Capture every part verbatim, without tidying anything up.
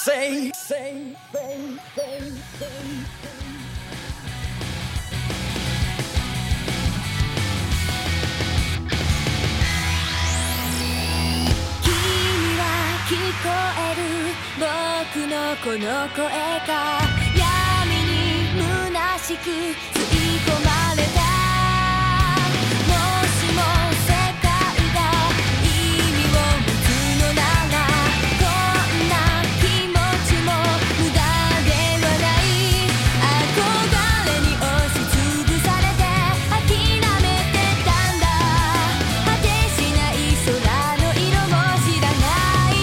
say, say, say, say, say. 聞こえる僕のこの声が闇に虚しく吸い込まれたもしも世界が意味を持つのならこんな気持ちも無駄ではない憧れに押しつぶされて諦めてたんだ果てしない空の色も知らない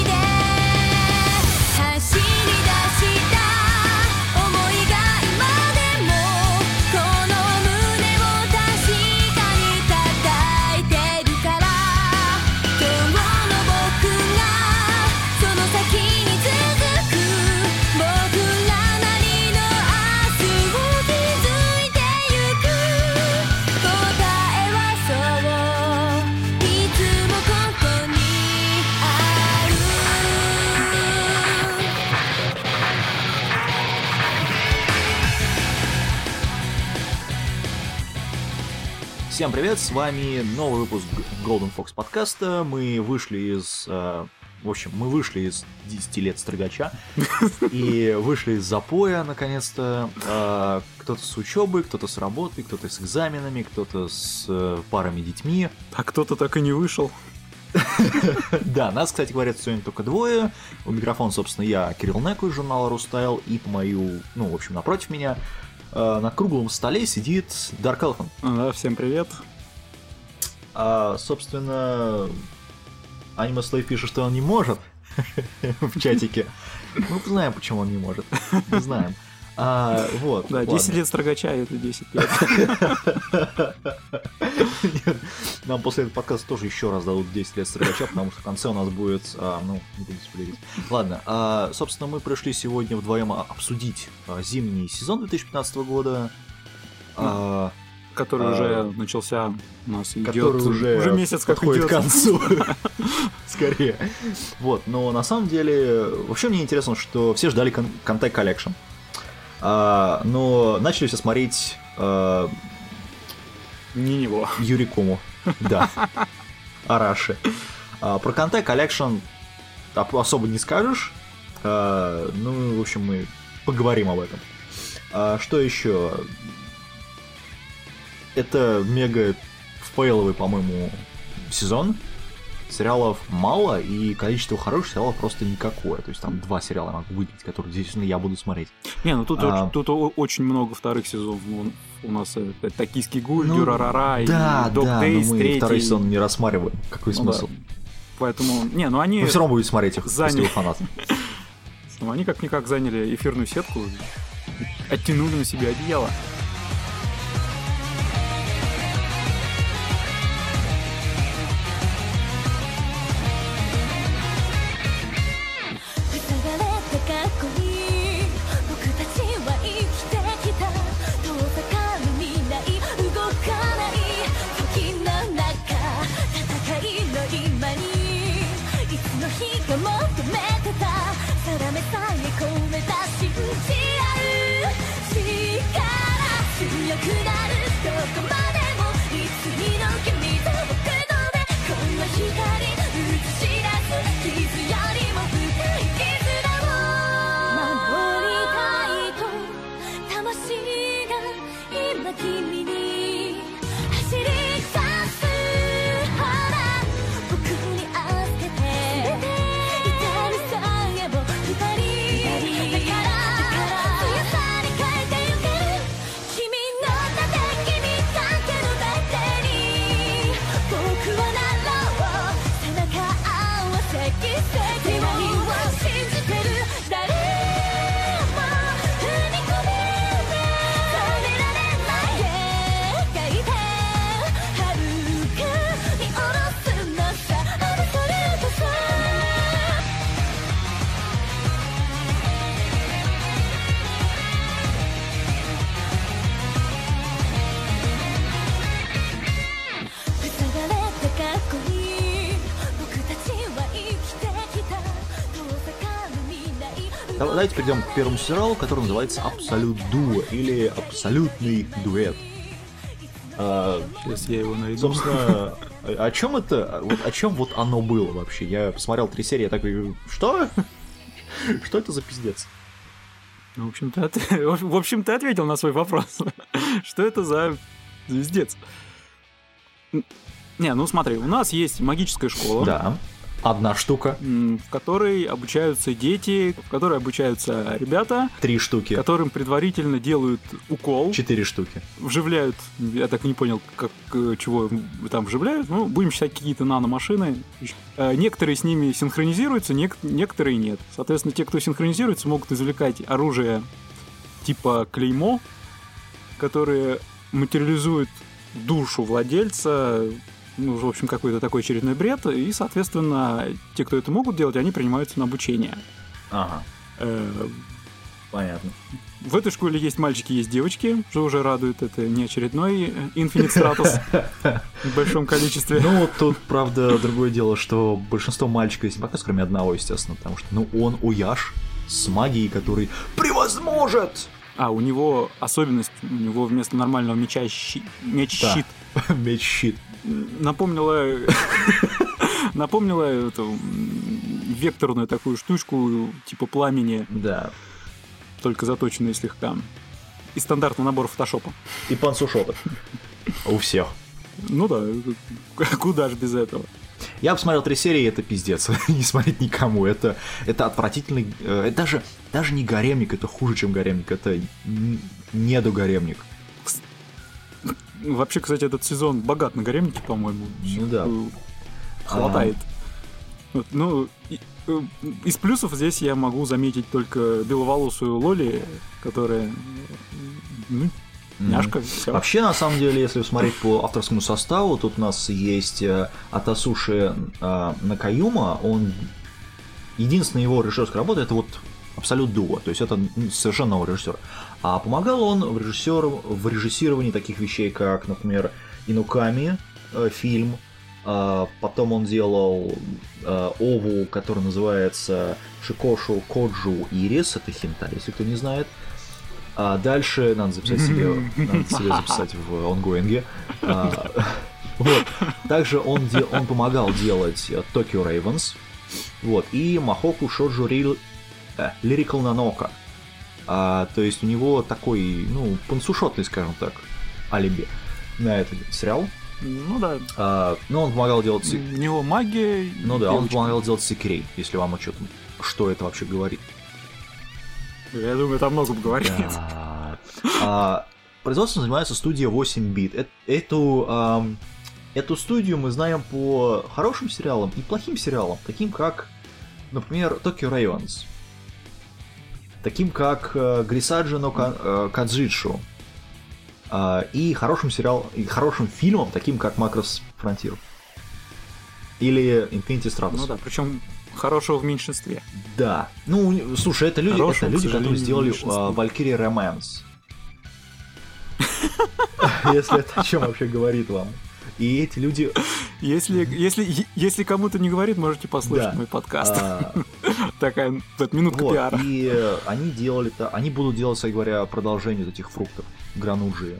Всем привет, с вами новый выпуск Golden Fox подкаста. Мы вышли из... Э, в общем, мы вышли из десяти лет строгача и вышли из запоя, наконец-то. Э, кто-то с учебой, кто-то с работой, кто-то с экзаменами, кто-то с э, парами детьми. А кто-то так и не вышел. Да, нас, кстати говоря, сегодня только двое. У микрофона, собственно, я, Кирилл Неку из журнала Рустайл, и по мою... Ну, в общем, напротив меня... На круглом столе сидит Dark Elephant. Да, всем привет. А, собственно, Аниме Слейв пишет, что он не может в чатике. Мы знаем, почему он не может. Мы знаем. А, вот, да, десять лет строгача, это десять лет. Нет, нам после этого подкаста тоже еще раз дадут десять лет строгача, потому что в конце у нас будет... А, ну, не буду спойлерить. Ладно, а, собственно, мы пришли сегодня вдвоем обсудить а, зимний сезон две тысячи пятнадцатого года. А, который а, уже начался у нас, идет уже, уже месяц как подходит идет. К концу. Скорее. Вот, но на самом деле, вообще мне интересно, что все ждали Кантай Collection. А, но начали все смотреть а, не него. Юрикому. Да. Араши. А, про Кантай Collection особо не скажешь. А, ну, в общем, мы поговорим об этом. А, что еще? Это мега фейловый, по-моему, сезон. Сериалов мало, и количество хороших сериалов просто никакое. То есть там два сериала я могу выделить, которые действительно я буду смотреть. Не, ну тут, а... очень, тут очень много вторых сезонов. У нас Токийский Гуль, ну, Дюрарара и да, Dog да, Days, мы третий. Второй сезон не рассматриваем. Какой ну, смысл? Да. Поэтому, не, ну они... Вы все равно будете смотреть их, заняли... если вы фанат. Ну, они как-никак заняли эфирную сетку, оттянули на себя одеяло. Давайте перейдем к первому сериалу, который называется Absolute Duo или Абсолютный дуэт. А, Сейчас я его найду. собственно, о чем это? Вот о чем вот оно было вообще? Я посмотрел три серии, я такой, что? Что это за пиздец? Ну, в общем, ты от- в общем, ты ответил на свой вопрос. Что это за звездец? Не, ну смотри, у нас есть магическая школа, Да. Одна штука, м, в которой обучаются дети, в которой обучаются ребята, три штуки, которым предварительно делают укол, четыре штуки. вживляют, я так и не понял, как, э, чего там вживляют, ну, будем считать какие-то наномашины. Э, Некоторые с ними синхронизируются, нек- некоторые нет. Соответственно, те, кто синхронизируется, могут извлекать оружие типа клеймо, которые материализуют душу владельца, ну, в общем, какой-то такой очередной бред, и, соответственно, те, кто это могут делать, они принимаются на обучение. Ага, Э, понятно. В этой школе есть мальчики, есть девочки, что уже радует. Это не очередной Infinite Stratus в большом количестве. Ну, вот тут, правда, другое дело, что большинство мальчиков есть пока, кроме одного, естественно, потому что, ну, он уяж с магией, который превозможет А, у него особенность, у него вместо нормального меча щи- меч-щит. меч-щит. Напомнила... Напомнила эту м, векторную такую штучку, типа пламени, Да. только заточенную слегка. И стандартный набор фотошопа. И пансушоты. У всех. Ну да, куда же без этого? Я посмотрел три серии, это пиздец. Не смотреть никому. Это, это отвратительный... э, Это даже, даже не гаремник, это хуже, чем гаремник. Это н- недогаремник. Вообще, кстати, этот сезон богат на гаремники, по-моему. Ну да. Э, Хватает. Вот, ну, и- э, из плюсов здесь я могу заметить только беловолосую Лоли, которая... э, Ну, няшка, все. Вообще, на самом деле, если смотреть по авторскому составу, тут у нас есть э, Атасуши э, Накаюма, он... Единственная его режиссерская работа — это вот Absolute Duo, то есть это м, совершенно новый режиссер. А помогал он в, режиссер... в режиссировании таких вещей, как, например, Инуками, э, фильм, э, потом он делал э, Ову, который называется Шикошу Коджу Ирис, это хентай, если кто не знает. А дальше надо записать себе, надо себе записать в онгоинге. А, вот. Также он, де, он помогал делать Tokyo Ravens, вот, и Махоку Шоджу Рил, э, Lyrical Nanoka. А, то есть у него такой, ну, пансушотный, скажем так, алиби на этот сериал. Ну да. А, но он помогал делать... У него магия. и Ну да, он девочка. помогал делать Секирей, если вам что-то, что это вообще говорит. Я думаю, там много говорит. Да. А, производством занимается студия восемь бит. Э- Эту, ам, эту студию мы знаем по хорошим сериалам и плохим сериалам, таким как, например, Tokyo Ravens, таким как э, Грисаджи но Ка- э, Каджитшу, а, и хорошим сериалом, и хорошим фильмом, таким как Macross Frontier или Infinity Stratus. Ну да, причем хорошего в меньшинстве. Да. Ну, слушай, это люди, Хорошего, это к люди, которые сожалению, сделали меньшинство. Valkyrie Romance. Если это о чем вообще говорит вам. И эти люди... Если, если, если кому-то не говорит, можете послушать Да. мой подкаст. а, Такая вот, минутка вот, пиара. и э, они делали... то- Они будут делать, кстати говоря, продолжение вот этих фруктов. Грануджи.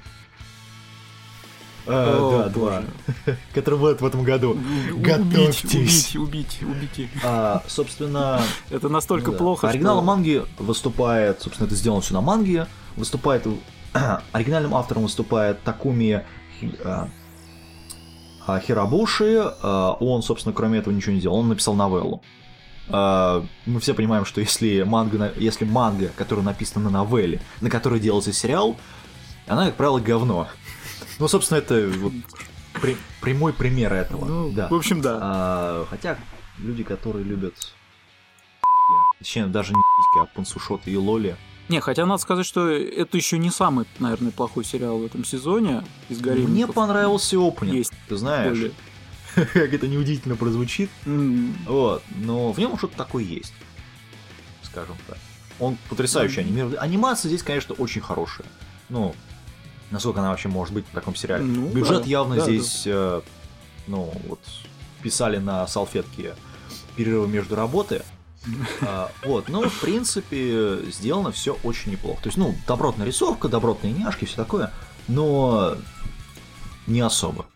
О, Да, два. боже. Который будет в этом году. Убить, Готовьтесь. убить, убить, убить. А, Собственно... Это настолько Ну да. плохо, По оригиналу что... манги выступает, собственно, это сделано все на манге, выступает, оригинальным автором выступает Такуми Хи- а, а, Хирабуши, а, он, собственно, кроме этого ничего не делал, он написал новеллу. А, Мы все понимаем, что если манга, на- если манга, которая написана на новелле, на которой делался сериал, она, как правило, говно. Ну, собственно, это вот при- прямой пример этого. Ну, да. в общем, да. А, хотя люди, которые любят пи***ки, точнее, даже не пи***ки, а пансушоты и лоли. Не, хотя надо сказать, что это еще не самый, наверное, плохой сериал в этом сезоне из гаремников. Мне понравился опенинг, Есть ты знаешь, более. как это неудивительно прозвучит, М, вот, но в нем что-то такое есть, скажем так. Он потрясающий анимированный. Анимация здесь, конечно, очень хорошая. Ну, насколько она вообще может быть в таком сериале. Ну, Бюджет да, явно да, здесь, э, ну, вот, писали на салфетке перерывы между работы. А, вот, ну, в принципе, сделано все очень неплохо. То есть, ну, добротная рисовка, добротные няшки, все такое, но не особо.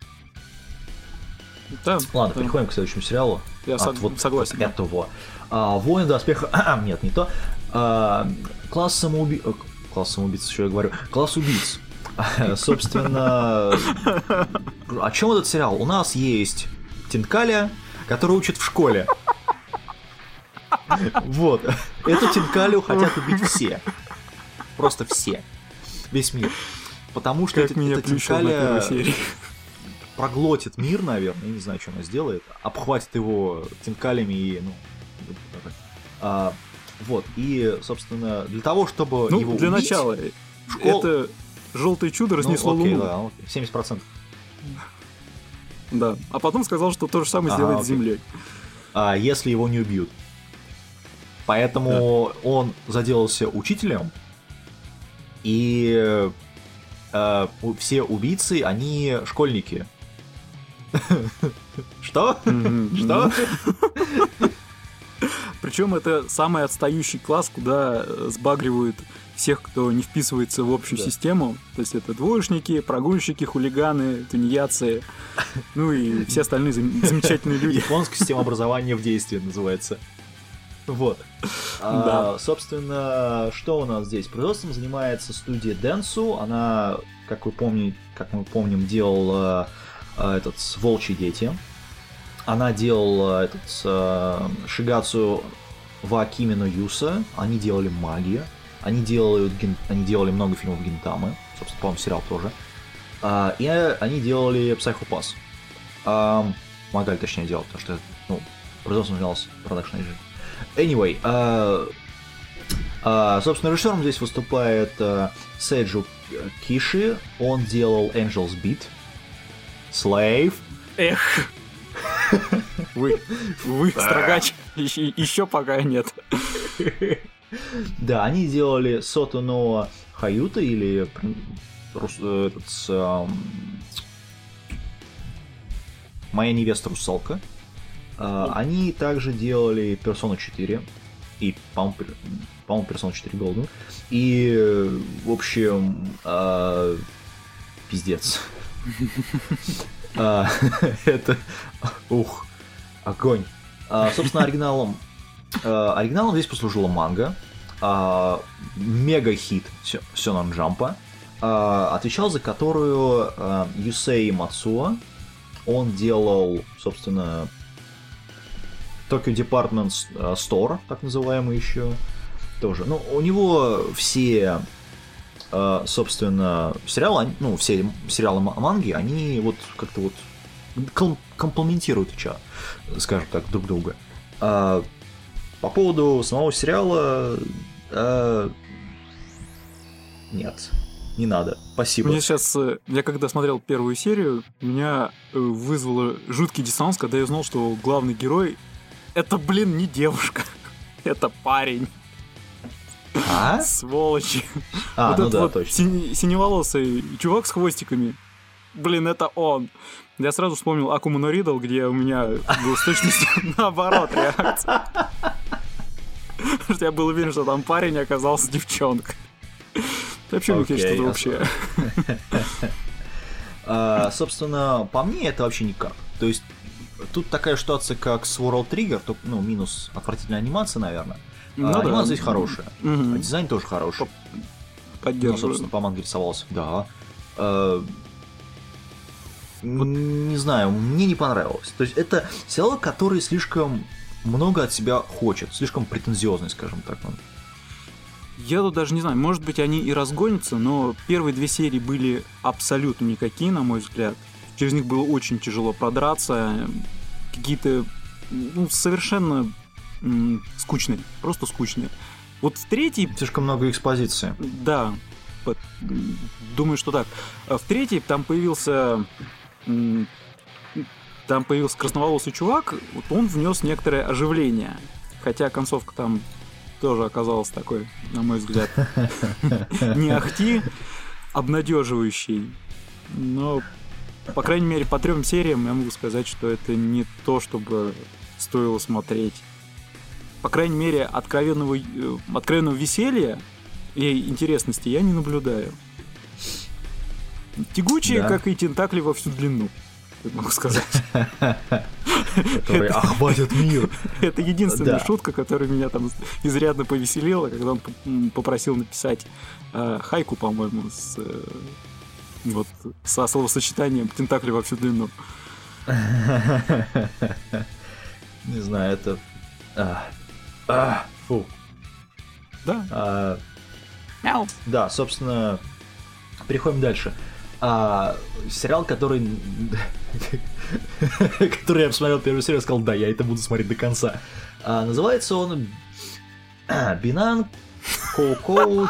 Да, Ладно, да. переходим к следующему сериалу. Я От сог- вот согласен. вот этого. А, Воин доспеха... Нет, не то. А, класс самоубийц... Класс самоубийц, что я говорю? Класс убийц. Собственно, о чем этот сериал? У нас есть Тинкаля, который учит в школе. Вот. Эту Тинкалю хотят убить все. Просто все. Весь мир. Потому что Как эта меня плющило на первой Тинкаля серии. проглотит мир, наверное, я не знаю, что она сделает, обхватит его тинкалями и, ну, а, вот, и, собственно, для того, чтобы Ну, его для убить, начала, школ- это желтое чудо ну, разнесло окей, Луну. да, окей, семьдесят процентов. Да. А потом сказал, что то же самое Ага, сделает с окей. Землей. А, если его не убьют. Поэтому он заделался учителем, и э, у- все убийцы, они школьники. Что? Что? Причем это самый отстающий класс, куда э, сбагривают всех, кто не вписывается в общую Да. систему. То есть это двоечники, прогульщики, хулиганы, тунеядцы, ну и все остальные зам- замечательные люди. Японская система образования в действии называется. Вот. А, собственно, что у нас здесь? Производством занимается студия Dentsu. Она, как вы помните, как мы помним, делала а, этот «Волчьи дети». Она делала этот а, Шигацу ва Акими но Юса. Они делали «Магию». Они делают, ген- они делали много фильмов Гинтамы. Собственно, по-моему, сериал тоже. А, и они делали Psycho Pass. А, Помогали, точнее, делать, потому что, ну, производством занимался продакшн режим. Anyway, а, а, собственно, режиссером здесь выступает а, Сэджу Киши. Он делал Angel's Beat, Slave. Эх! Вы, вы, строгач, еще, еще пока нет. Да, они делали Сото но Хаюта или рус- э, этот, с, ам, Моя невеста русалка. А, Они также делали Персону четыре и, по-моему, пер- по-моему, Персону четыре Golden. И, э, в общем, а, пиздец. А, Это, ух, огонь. А, Собственно, оригиналом а, оригиналом здесь послужила манга. А, Мега-хит Сёнэн Джампа, а, отвечал за которую а, Юсей Мацуо. Он делал, собственно, Tokyo Department Store, так называемый еще, тоже. Ну, у него все, а, собственно, сериалы, они- ну, все сериалы ма- манги, они вот как-то вот ком- комплементируют, ча- скажем так, друг друга. А, По поводу самого сериала, а, нет, не надо. Спасибо. Мне сейчас, э, я когда смотрел первую серию, меня э, вызвало жуткий диссонанс, когда я узнал, что главный герой это, блин, не девушка, это парень, А? сволочи. А, вот ну этот да, вот точно. сине- синеволосый чувак с хвостиками, блин, это он. Я сразу вспомнил Акуму но Ридл, где у меня был с точностью наоборот реакция. Потому что я был уверен, что там парень оказался девчонкой. Вообще, мне кажется, Окей, что вообще... А, собственно, по мне это вообще никак. То есть, тут такая ситуация, как с World Trigger, то, ну, минус отвратительная анимация, наверное. Ну А, да. анимация здесь хорошая. Мгм. А дизайн тоже хороший. Ну, Поддерживаю. собственно, по манге рисовался. Да. А, н- Не знаю, мне не понравилось. То есть, это сериал, который слишком много от себя хочет, слишком претензиозный, скажем так. он. Я тут даже не знаю, может быть, они и разгонятся, но первые две серии были абсолютно никакие, на мой взгляд. Через них было очень тяжело продраться. Какие-то, ну, совершенно м, скучные, просто скучные. Вот в третьей, Слишком много экспозиции. да, под- м, думаю, что так. А в третьей там появился... м, Там появился красноволосый чувак, вот он внес некоторое оживление. Хотя концовка там тоже оказалась такой, на мой взгляд, не ахти, обнадеживающий. Но, по крайней мере, по трем сериям я могу сказать, что это не то, чтобы стоило смотреть. по крайней мере, откровенного, э, откровенного веселья и интересности я не наблюдаю. Тягучие, Да. как и тентакли во всю длину, я могу сказать. Которые охватят мир. Это единственная Да. шутка, которая меня там изрядно повеселила, когда он п- м, попросил написать э, хайку, по-моему, с, э, вот, со словосочетанием «тентакли во всю длину». Не знаю, это... а, а, Фу. Да. А, Мяу. Да, собственно, переходим дальше. А, сериал, который... который я посмотрел первую серию и сказал, да, я это буду смотреть до конца. А, называется он Бинан Коукоу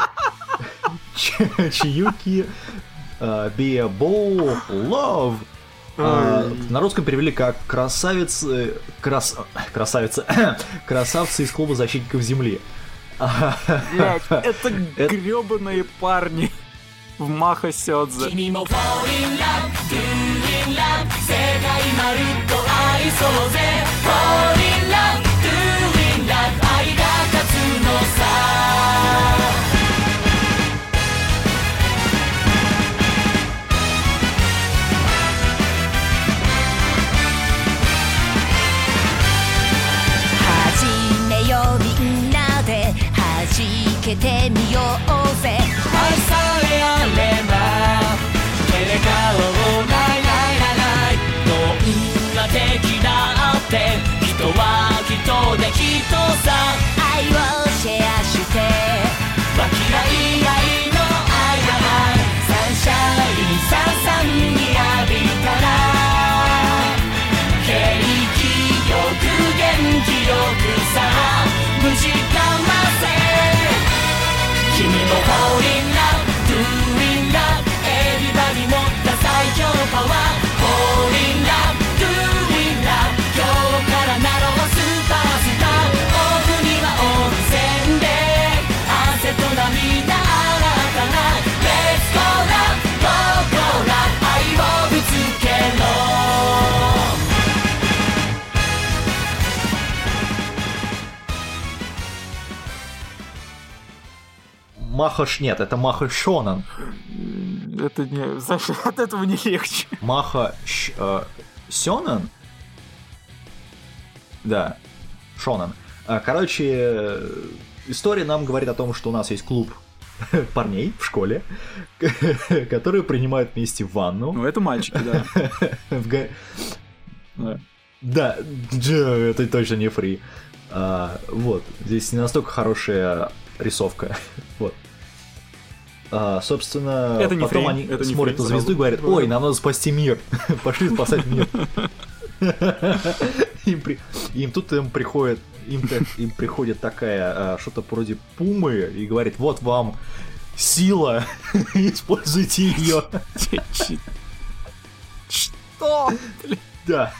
Чиюки Биабоу Лов. А, на русском перевели как красавец, э, крас, красавица, красавцы из клуба защитников земли. Блять, это гребаные парни в Маха Сёдзе. 君も Fall in love, do in love 世界まるっと愛そうぜ Fall in love, do in love 愛が勝つのさ始めようみんなで弾けてみようぜ愛さえあれば照れ顔をないないないないどんな敵だって人は人で人さ愛をシェアしてわきあいあいの愛が愛サンシャインさんさんに浴びたら景気よく元気よくさ無事かませ君も Fall in love, do in love Everybody 持った最強パワー Fall in love, do in love 今日からなろうスーパースター奥には温泉で汗と涙新たな Let's go love, go go love 愛をぶつけろ Маха... Нет, это Маха Шонан. Это не... Знаешь, от этого не легче. Маха Щ- э, Сёнэн? Да, Шонан. А, Короче, э, история нам говорит о том, что у нас есть клуб парней в школе, которые принимают вместе ванну. Ну, это мальчики, да. В га- Да. Да, дж- это точно не фри. А, вот, здесь не настолько хорошая рисовка. Вот. А, собственно, Это не потом фри, они это не смотрят фри, на звезду и сразу говорят, говорю. ой, нам надо спасти мир. Пошли спасать мир. Им, при... им тут им приходит, им, им приходит такая, а, что-то вроде пумы и говорит, вот вам сила, используйте ее. Что? Да.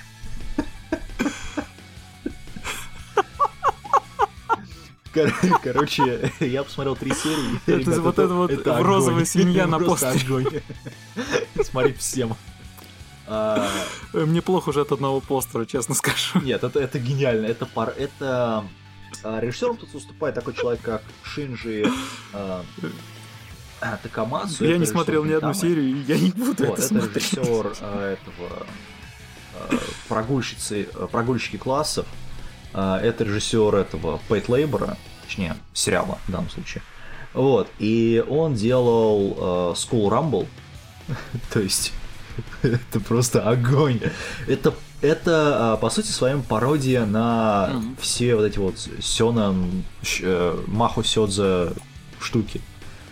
Кор- Короче, я посмотрел три серии. Это Ребята, вот эта вот огонь. розовая свинья на Просто постере. огонь. Смотреть всем. А, Э, Мне плохо уже от одного постера, честно скажу. Нет, это, это гениально. Это, пар... это... а, режиссером тут выступает такой человек, как Шинджи а, а, Такамацу. Я Это не режиссер смотрел ни одну Гинтамы. серию, и я не буду Вот, это это смотреть. режиссер а, этого а, прогульщицы, а, прогульщики классов. А, это режиссер этого Пейт Лейбора, точнее, сериала в данном случае. Вот, и он делал а, School Rumble. То есть, это просто огонь. Это, это а, по сути, своим пародия на Мгм. все вот эти вот сёнэн, щ- э, Махо Сёдзе штуки.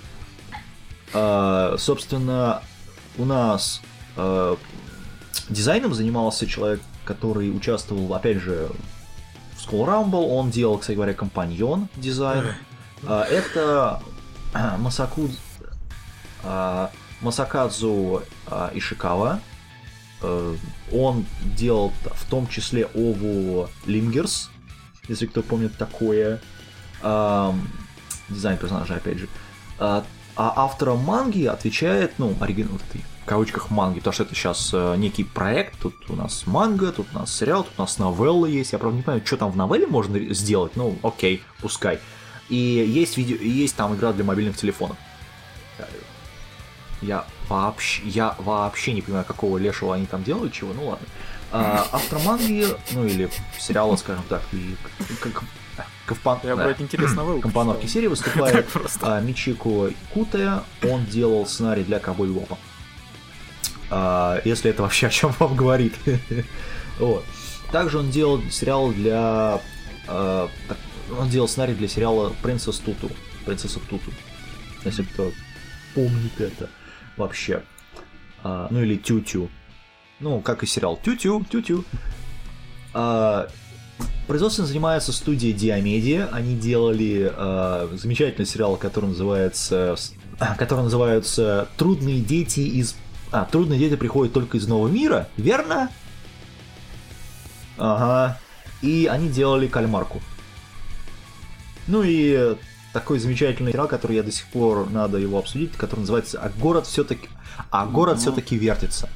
А, собственно, у нас а, дизайном занимался человек, который участвовал, опять же, в School Rumble. Он делал, кстати говоря, компаньон дизайн. А, это а, Масаку... а, Масакадзу а, Ишикава. Э, Он делал в том числе Ову Лингерс, если кто помнит такое. А, Дизайн персонажа, опять же. А а автором манги отвечает, ну, оригинал, вот этой кавычках манги, потому что это сейчас э, некий проект, тут у нас манга, тут у нас сериал, тут у нас новелла есть, я правда не понимаю, что там в новелле можно сделать, ну окей, пускай. И есть, видео, есть там игра для мобильных телефонов. Я вообще, я вообще не понимаю, какого лешего они там делают, чего, ну ладно. А, автор манги, ну или сериала, скажем так, и как Компон... Я, блядь, интересно был. компоновки серии выступает а, Мичико Кутая, он делал сценарий для Cowboy Bebop. А, если это вообще о чем вам говорит. Вот. Также он делал сериал для... А, он делал сценарий для сериала Принцесс Туту. Принцесса Туту. Если кто помнит это вообще. А, ну или Тю-Тю. Ну, как и сериал Тю-Тю, Тю-Тю. А, производством занимается студия Diamedia. Они делали а, замечательный сериал, который называется, который называется «Трудные дети из...» А, «Трудные дети приходят только из нового мира», верно? Ага. И они делали «Кальмарку». Ну и такой замечательный сериал, который я до сих пор надо его обсудить, который называется «А город все-таки, а город mm-hmm. все-таки вертится».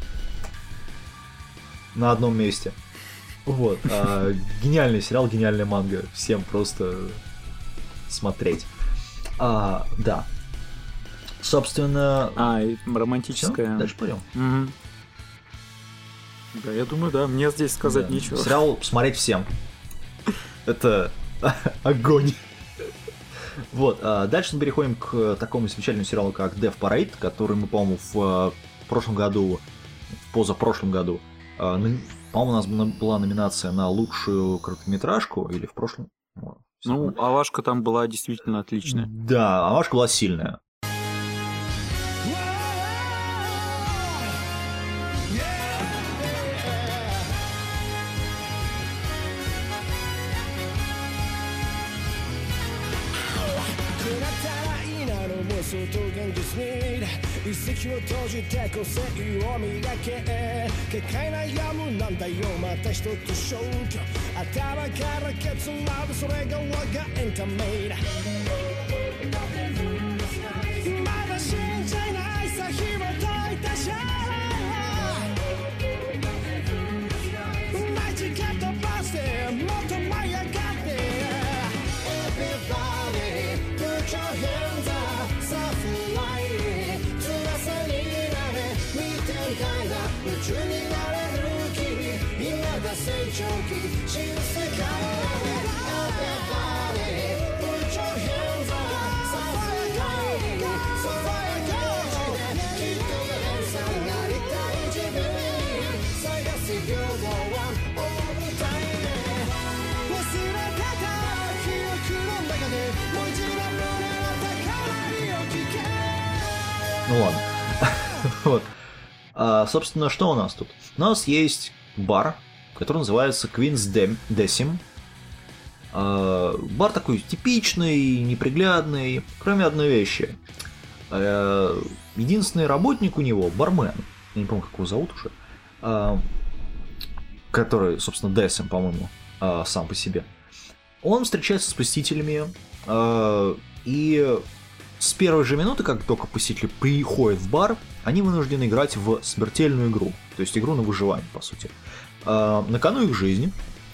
На одном месте. Вот. А, гениальный сериал, гениальная манга. Всем просто смотреть. А, да. Собственно... А, и романтическая. Всё? Дальше пойдем. Угу. Да, я думаю, да. Мне здесь сказать да. нечего. Сериал смотреть всем. Это огонь. Вот. А дальше мы переходим к такому замечательному сериалу, как Death Parade, который мы, по-моему, в прошлом году, в позапрошлом году, по-моему, у нас была номинация на лучшую короткометражку, или в прошлом? Ну, Авашка там была действительно отличная. Да, Авашка была сильная. Ну ладно. Вот. А, собственно, что у нас тут? У нас есть бар, который называется Queen's Decim. А, бар такой типичный, неприглядный, кроме одной вещи. А, единственный работник у него бармен. Я не помню, как его зовут уже. А, который, собственно, Decim, по-моему, а, сам по себе. Он встречается с посетителями а, и... С первой же минуты, как только посетители приходят в бар, они вынуждены играть в смертельную игру. То есть игру на выживание, по сути. На кону их жизни.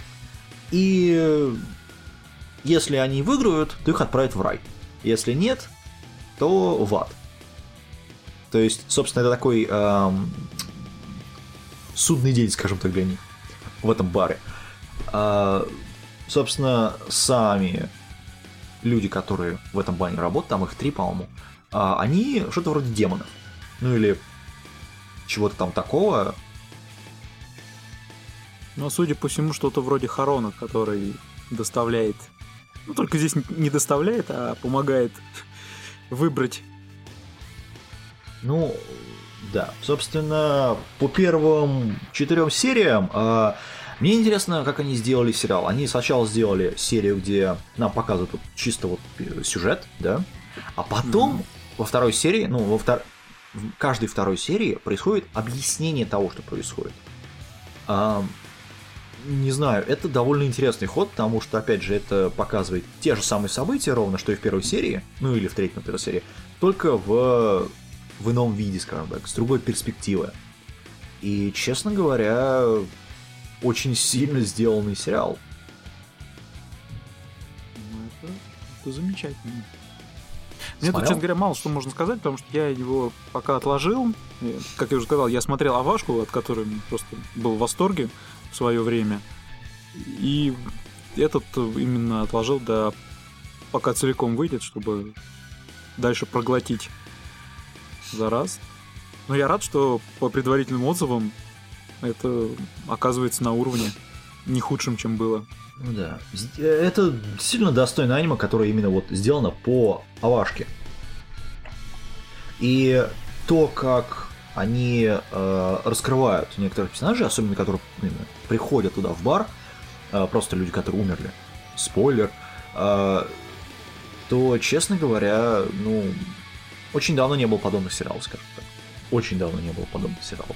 И если они выиграют, то их отправят в рай. Если нет, то в ад. То есть, собственно, это такой эм, судный день, скажем так, для них в этом баре. А, собственно, сами... люди, которые в этом бане работают, там их три, по-моему, они что-то вроде демонов. Ну или чего-то там такого. Ну, судя по всему, что-то вроде Харона, который доставляет... Ну, только здесь не доставляет, а помогает выбрать. Ну, да. Собственно, по первым четырем сериям... Мне интересно, как они сделали сериал. Они сначала сделали серию, где нам показывают вот чисто вот сюжет, да, а потом mm-hmm. во второй серии, ну, во втор... в каждой второй серии происходит объяснение того, что происходит. А, не знаю, это довольно интересный ход, потому что, опять же, это показывает те же самые события, ровно, что и в первой серии, ну, или в третьей, например, серии, только в в ином виде, скажем так, с другой перспективы. И, честно говоря, очень сильно сделанный сериал. Ну, это, это замечательно. Мне тут, Смотрел? честно говоря, мало что можно сказать, потому что я его пока отложил. И, как я уже сказал, я смотрел «Авашку», от которой просто был в восторге в свое время. И этот именно отложил до пока целиком выйдет, чтобы дальше проглотить за раз. Но я рад, что по предварительным отзывам это оказывается на уровне не худшим, чем было. Ну да. З- Это сильно достойное аниме, которое именно вот сделано по Авашке. И то, как они э, раскрывают некоторых персонажей, особенно которые именно приходят туда в бар, э, просто люди, которые умерли, спойлер, э, то, честно говоря, ну, очень давно не было подобных сериалов, скажем так. Очень давно не было подобных сериалов.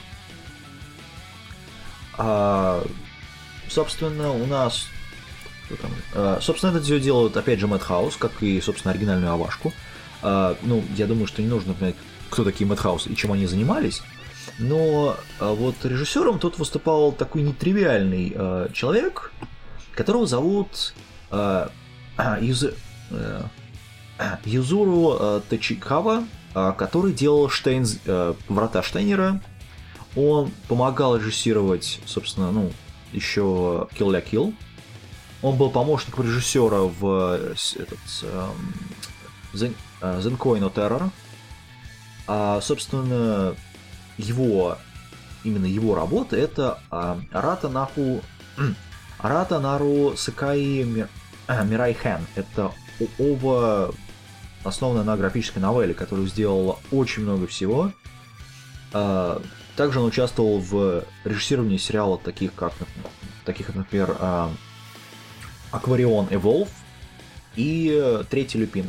А, собственно, у нас... Что там? А, собственно, это все делают, опять же, Madhouse, как и, собственно, оригинальную Авашку. А, ну, я думаю, что не нужно напоминать, кто такие Madhouse и чем они занимались. Но а, вот режиссером тут выступал такой нетривиальный а, человек, которого зовут а, а, Юз- а, Юзуру а, Тачикава, а, который делал Штейн, а, «Врата Штейнера». Он помогал режиссировать, собственно, ну, еще Kill la Kill. Он был помощником режиссера в этот, эм, Zenkai no Terror. А, собственно, его, именно его работа — это а, Арата Наху Арата Нару Сакаи Ми- а, Мирай Хэн. Это ова, основанная на графической новелле, которую сделала очень много всего. А, также он участвовал в режиссировании сериалов таких, как, таких, например, Акварион Evolve и Третий Люпин.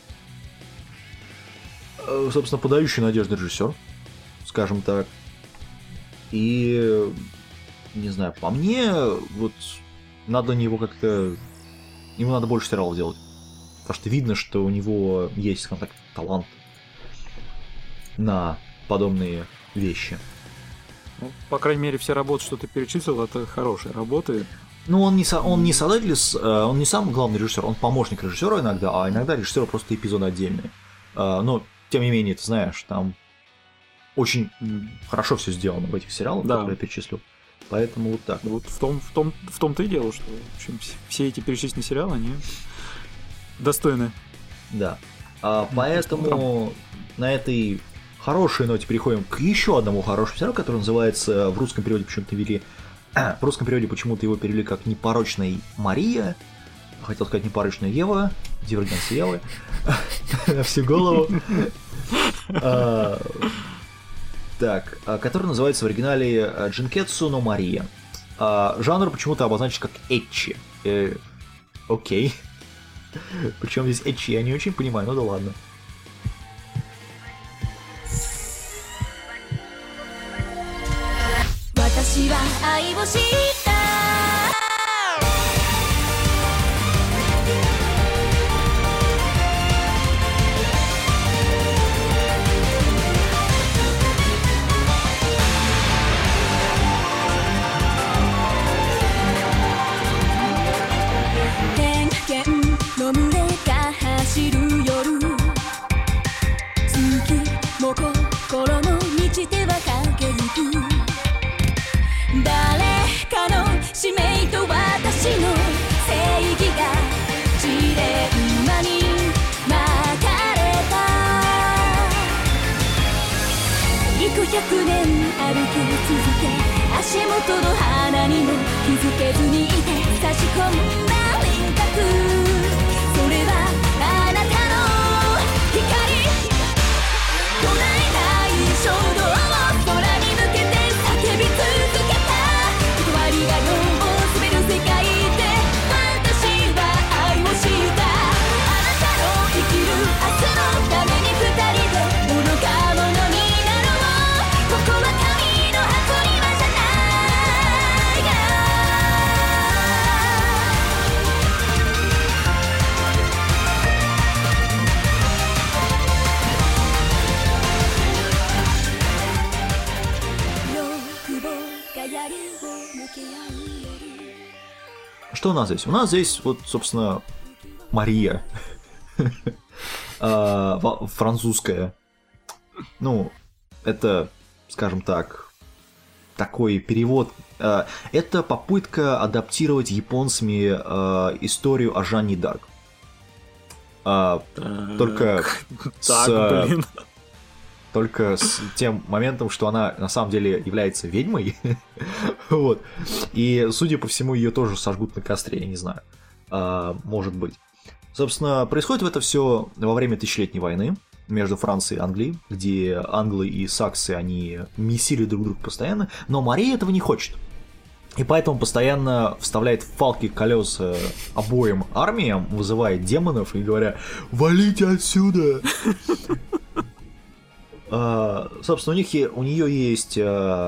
Собственно, подающий надежды режиссер, скажем так. И, не знаю, по мне, вот надо на него как-то... Ему надо больше сериалов делать. Потому что видно, что у него есть, скажем так, талант на подобные вещи. Ну, по крайней мере, все работы, что ты перечислил, это хорошие работы. Ну, он не, со, он не создатель, он не сам главный режиссер, он помощник режиссера иногда, а иногда режиссер просто эпизоды отдельные. Но, тем не менее, ты знаешь, там очень хорошо все сделано в этих сериалах, Да. которые я перечислил. Поэтому вот так. Вот в том, в том, в том-то и дело, что в общем, все эти перечисленные сериалы, они достойны. Да. А, поэтому на этой хорошей ноте переходим к еще одному хорошему сериалу, который называется, в русском переводе почему-то перевели, в русском переводе почему-то его перевели как «Непорочная Мария». Хотел сказать «Непорочная Ева», «Дивергенция Евы», на всю голову. А, так, а, который называется в оригинале «Джинкетсу но Мария». А, жанр почему-то обозначен как «Этчи». Э, окей. Причем здесь «Этчи» я не очень понимаю, ну да ладно. 私は愛を知った偏見の群れが走る夜月も心の満ちては駆け抜く誰かの使命と私の正義がジレンマに巻かれた幾百年歩き続け足元の花にも気づけずにいて差し込んだ輪郭それはあなたの光唱えない衝動を空に向けて叫び続けた断りが世を滑る世界で私は愛を知ったあなたの生きる明日のために二人で愚か者になろうここは神の箱庭じゃないから что у нас здесь? У нас здесь, вот, собственно, Мария. Французская. Ну, это, скажем так, такой перевод. Это попытка адаптировать японцами историю о Жанне д'Арк. Только с... Только с тем моментом, что она на самом деле является ведьмой. Вот. И, судя по всему, ее тоже сожгут на костре, я не знаю. Может быть. Собственно, происходит это все во время Тысячелетней войны между Францией и Англией, где англы и саксы, они месили друг друга постоянно, но Мария этого не хочет. И поэтому постоянно вставляет в палки колеса обоим армиям, вызывает демонов и говоря: «Валите отсюда!» Собственно, у них у нее есть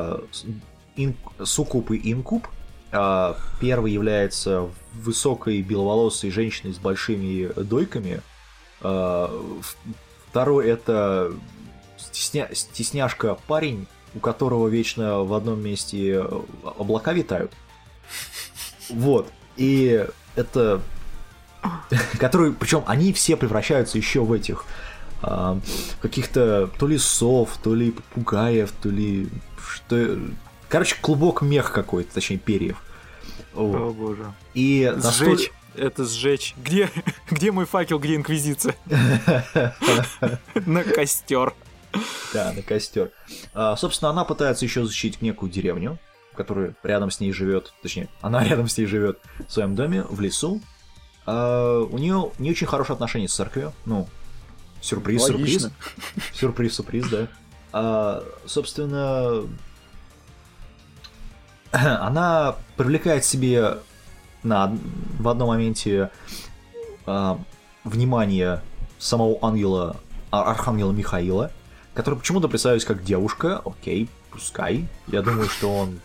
суккуб и инкуб. Первый является высокой беловолосой женщиной с большими дойками. Второй — это стесня... стесняшка парень, у которого вечно в одном месте облака витают. Вот. И это... Который... Причем они все превращаются еще в этих каких-то то ли сов, то ли попугаев, то ли... Что... Короче, клубок мех какой-то, точнее, перьев. Вот. О, боже. И сжечь. настоль... Это сжечь. Где, где мой факел, где инквизиция? На костер. Да, на костер. Собственно, она пытается еще защитить некую деревню, которая рядом с ней живет. Точнее, она рядом с ней живет в своем доме, в лесу. У нее не очень хорошие отношения с церковью. Ну, сюрприз, сюрприз. Сюрприз, сюрприз, да. Собственно... Она привлекает себе на, в одном моменте э, внимание самого ангела, архангела Михаила, который почему-то представляется как девушка. Окей, пускай. Я думаю, что он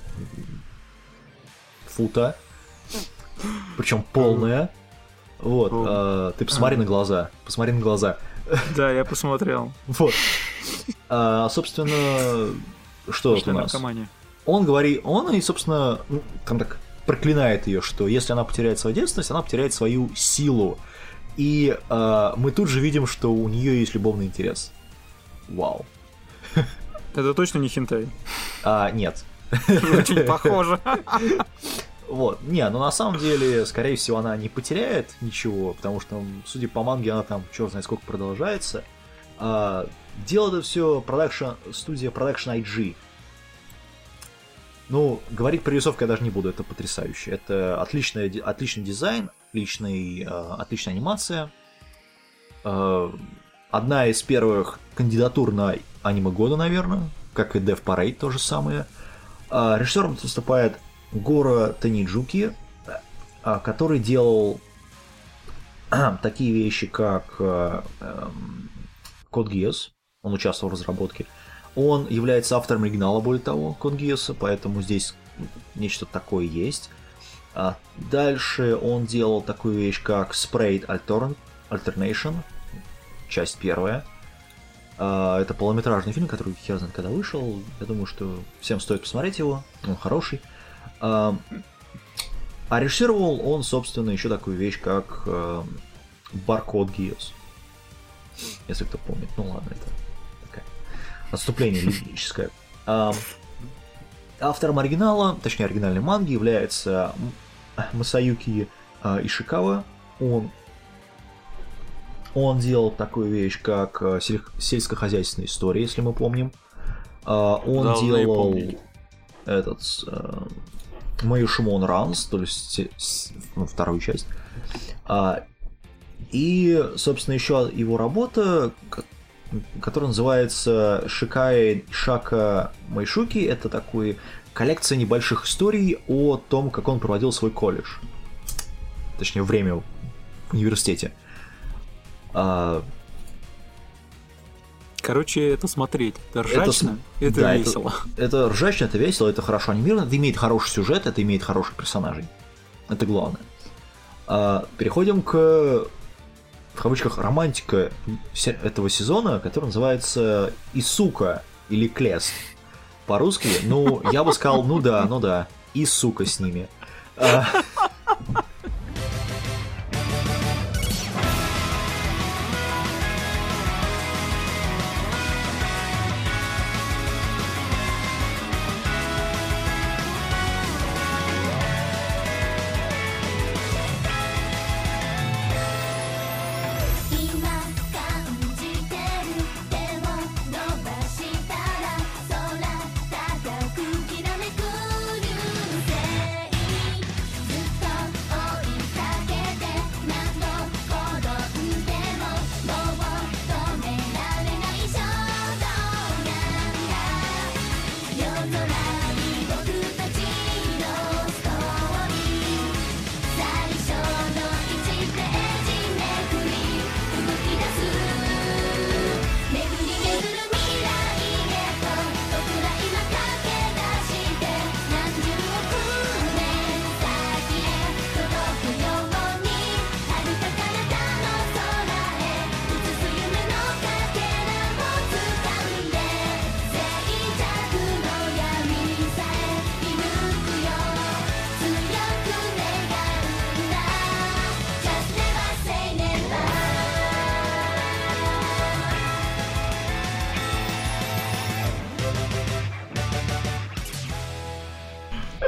фута, причем полная. Вот. Э, ты посмотри на глаза. Посмотри на глаза. Да, я посмотрел. Вот. А, собственно, что тут у нас? Наркомания. Он говорит, он и, собственно, там так проклинает ее, что если она потеряет свою девственность, она потеряет свою силу. И э, мы тут же видим, что у нее есть любовный интерес. Вау. Это точно не хентай? А, нет. Очень похоже. Вот. Не, но на самом деле, скорее всего, она не потеряет ничего, потому что, судя по манге, она там черт знает сколько продолжается. А, дело это все продакшн, студия Production ай джи. Ну, говорить про рисовку я даже не буду, это потрясающе. Это отличный, отличный дизайн, отличный, э, отличная анимация. Э, одна из первых кандидатур на аниме года, наверное, как и Death Parade, то же самое. Э, режиссером выступает Гора Таниджуки, э, который делал э, такие вещи, как э, э, Code Geass. Он участвовал в разработке. Он является автором оригинала, более того, Code Geass, поэтому здесь нечто такое есть. А дальше он делал такую вещь, как Sprayed Alternation, часть первая. А, это полнометражный фильм, который хер знает когда вышел. Я думаю, что всем стоит посмотреть его, он хороший. А, а режиссировал он, собственно, еще такую вещь, как э, Barcode Geass. Если кто помнит, ну ладно, это... Отступление лирическое. Автором оригинала, точнее оригинальной манги, является Масаюки Ишикава. Он, он делал такую вещь, как сельскохозяйственная история, если мы помним. Он да, делал этот Мэйшимон Ранс, то есть ну, вторую часть. И, собственно, еще его работа, который называется Шикаи Шака Майшуки. Это такой коллекция небольших историй о том, как он проводил свой колледж. Точнее, время в университете. А... Короче, это смотреть. Это ржачно, это, это да, весело. Это, это ржачно, это весело, это хорошо анимировано, это имеет хороший сюжет, это имеет хороших персонажей. Это главное. А, переходим к... в кавычках, романтика этого сезона, который называется Исука или Клест. По-русски, ну, я бы сказал, ну да, ну да, и сука с ними.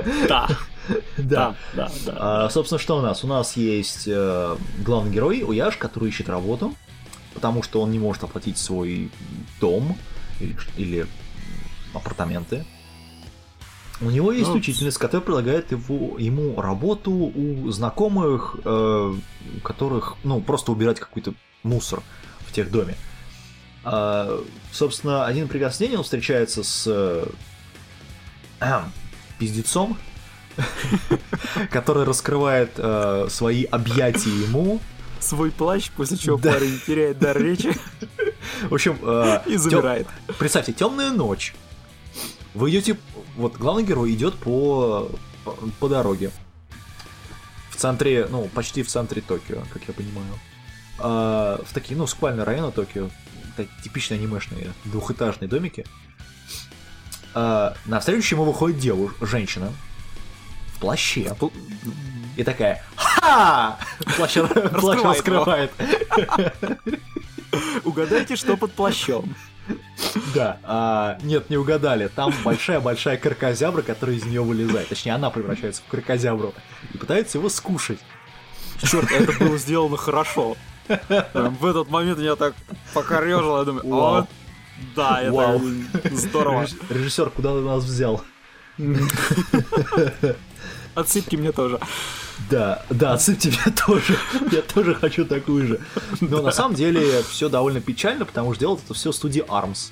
Да. Да. Да, да. А, собственно, что у нас? У нас есть э, главный герой Уяж, который ищет работу, потому что он не может оплатить свой дом или, или апартаменты. У него есть Ну, учительница, которая предлагает его, ему работу у знакомых, э, у которых, ну, просто убирать какой-то мусор в тех доме. А, собственно, один прекрасный день он встречается с э, пиздецом, который раскрывает э, свои объятия ему. Свой плащ, после чего Да. парень теряет дар речи В общем, э, и тем- замирает. представьте, темная ночь. Вы идете, вот главный герой идет по, по, по дороге. В центре, ну, почти в центре Токио, как я понимаю. А, в такие, ну, сквальные районы Токио. Так, типичные анимешные двухэтажные домики. А, навстречу ему выходит девушка, женщина. В плаще. Пл- И такая: ха! Плащ, плащ Раскрывает раскрывает. Угадайте, что под плащом. Да. А, нет, не угадали. Там большая-большая кракозябра, которая из нее вылезает. Точнее, она превращается в кракозябру и пытается его скушать. Черт, это было сделано хорошо. Прям в этот момент меня так покорежило, я думаю, Вау. вот, да, это Вау. здорово. Режисс- Режиссер, куда ты нас взял? Отсыпки мне тоже. Да, да, отсыпьте меня тоже. Я тоже хочу такую же. Но на самом деле все довольно печально, потому что делает это все студия Arms.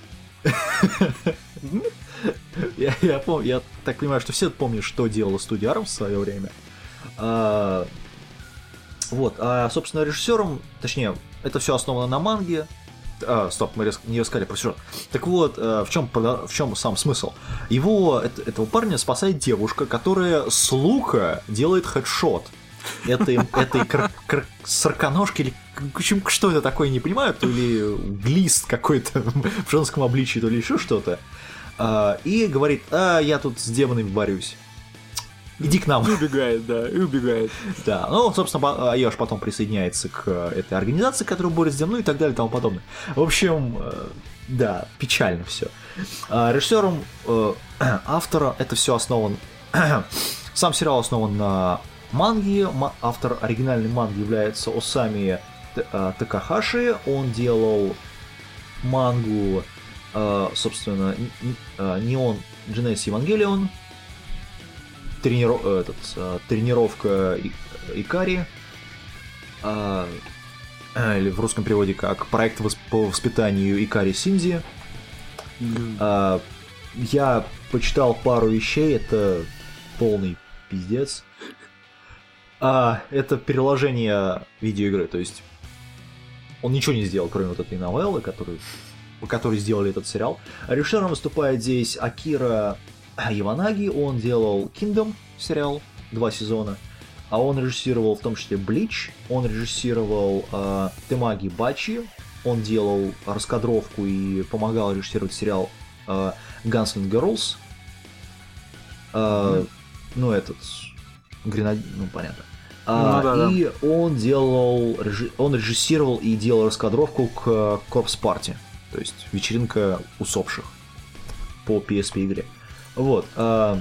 Я, я, пом- я так понимаю, что все помнят, что делала студия Arms в свое время. А, вот, а, собственно, режиссером, точнее, это все основано на манге. А, стоп, мы рас- не рассказали про сюжет. Так вот, э, в чем, в чем сам смысл? Его, это- этого парня спасает девушка, которая с лука делает хедшот этой, этой кр- кр- сороконожки, или в общем, что это такое, не понимаю, то ли глист какой-то в женском обличии, то ли еще что-то. А, и говорит: а, я тут с демонами борюсь. Иди к нам. И убегает, да, и убегает. Да, ну, собственно, Айош потом присоединяется к этой организации, которая борется с демоном, ну и так далее и тому подобное. В общем, э, да, печально все. Режиссером, э, автора, это все основан... Сам сериал основан на манге. Ма- Автор оригинальной манги является Осами Т- э, Такахаши. Он делал мангу, э, собственно, Н- Н- э, Neon Genesis Evangelion, трениров- этот, э, тренировка И- Икари, э, э, или в русском переводе как проект вос- по воспитанию Икари Синзи. Э, я почитал пару вещей, это полный пиздец. А, это переложение видеоигры, то есть он ничего не сделал, кроме вот этой новеллы, которую, по которой сделали этот сериал. Режиссером выступает здесь Акира Яванаги, он делал Kingdom сериал, два сезона, а он режиссировал в том числе Bleach, он режиссировал э, Темаги Бачи, он делал раскадровку и помогал режиссировать сериал э, Guns and Girls, э, mm-hmm. ну этот, Гренадин, ну понятно. А, Ну, да, и да. он делал, режи... он режиссировал и делал раскадровку к Corpse Party, то есть вечеринка усопших по пи эс пи игре. Вот, а,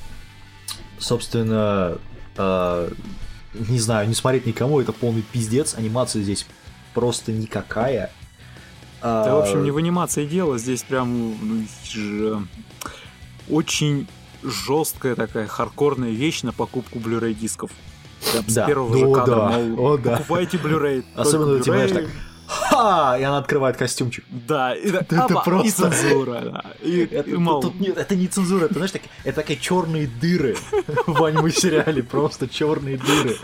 собственно, а, не знаю, не смотреть никому, это полный пиздец, анимация здесь просто никакая. Да, в общем, не в анимации дело, здесь прям ну, ж, очень жесткая такая хардкорная вещь на покупку Blu-ray дисков. Прям с да. первого О, же кадра, да. мол, О, да. покупайте Blu-ray. Особенно ты понимаешь Blu-ray. так: ха! И она открывает костюмчик. Да, и, так, Это апа, просто- и цензура, да. И, Это, и мол, тут нет, это не цензура, это, знаешь, так, это такие черные дыры в аниме-сериале, просто черные дыры.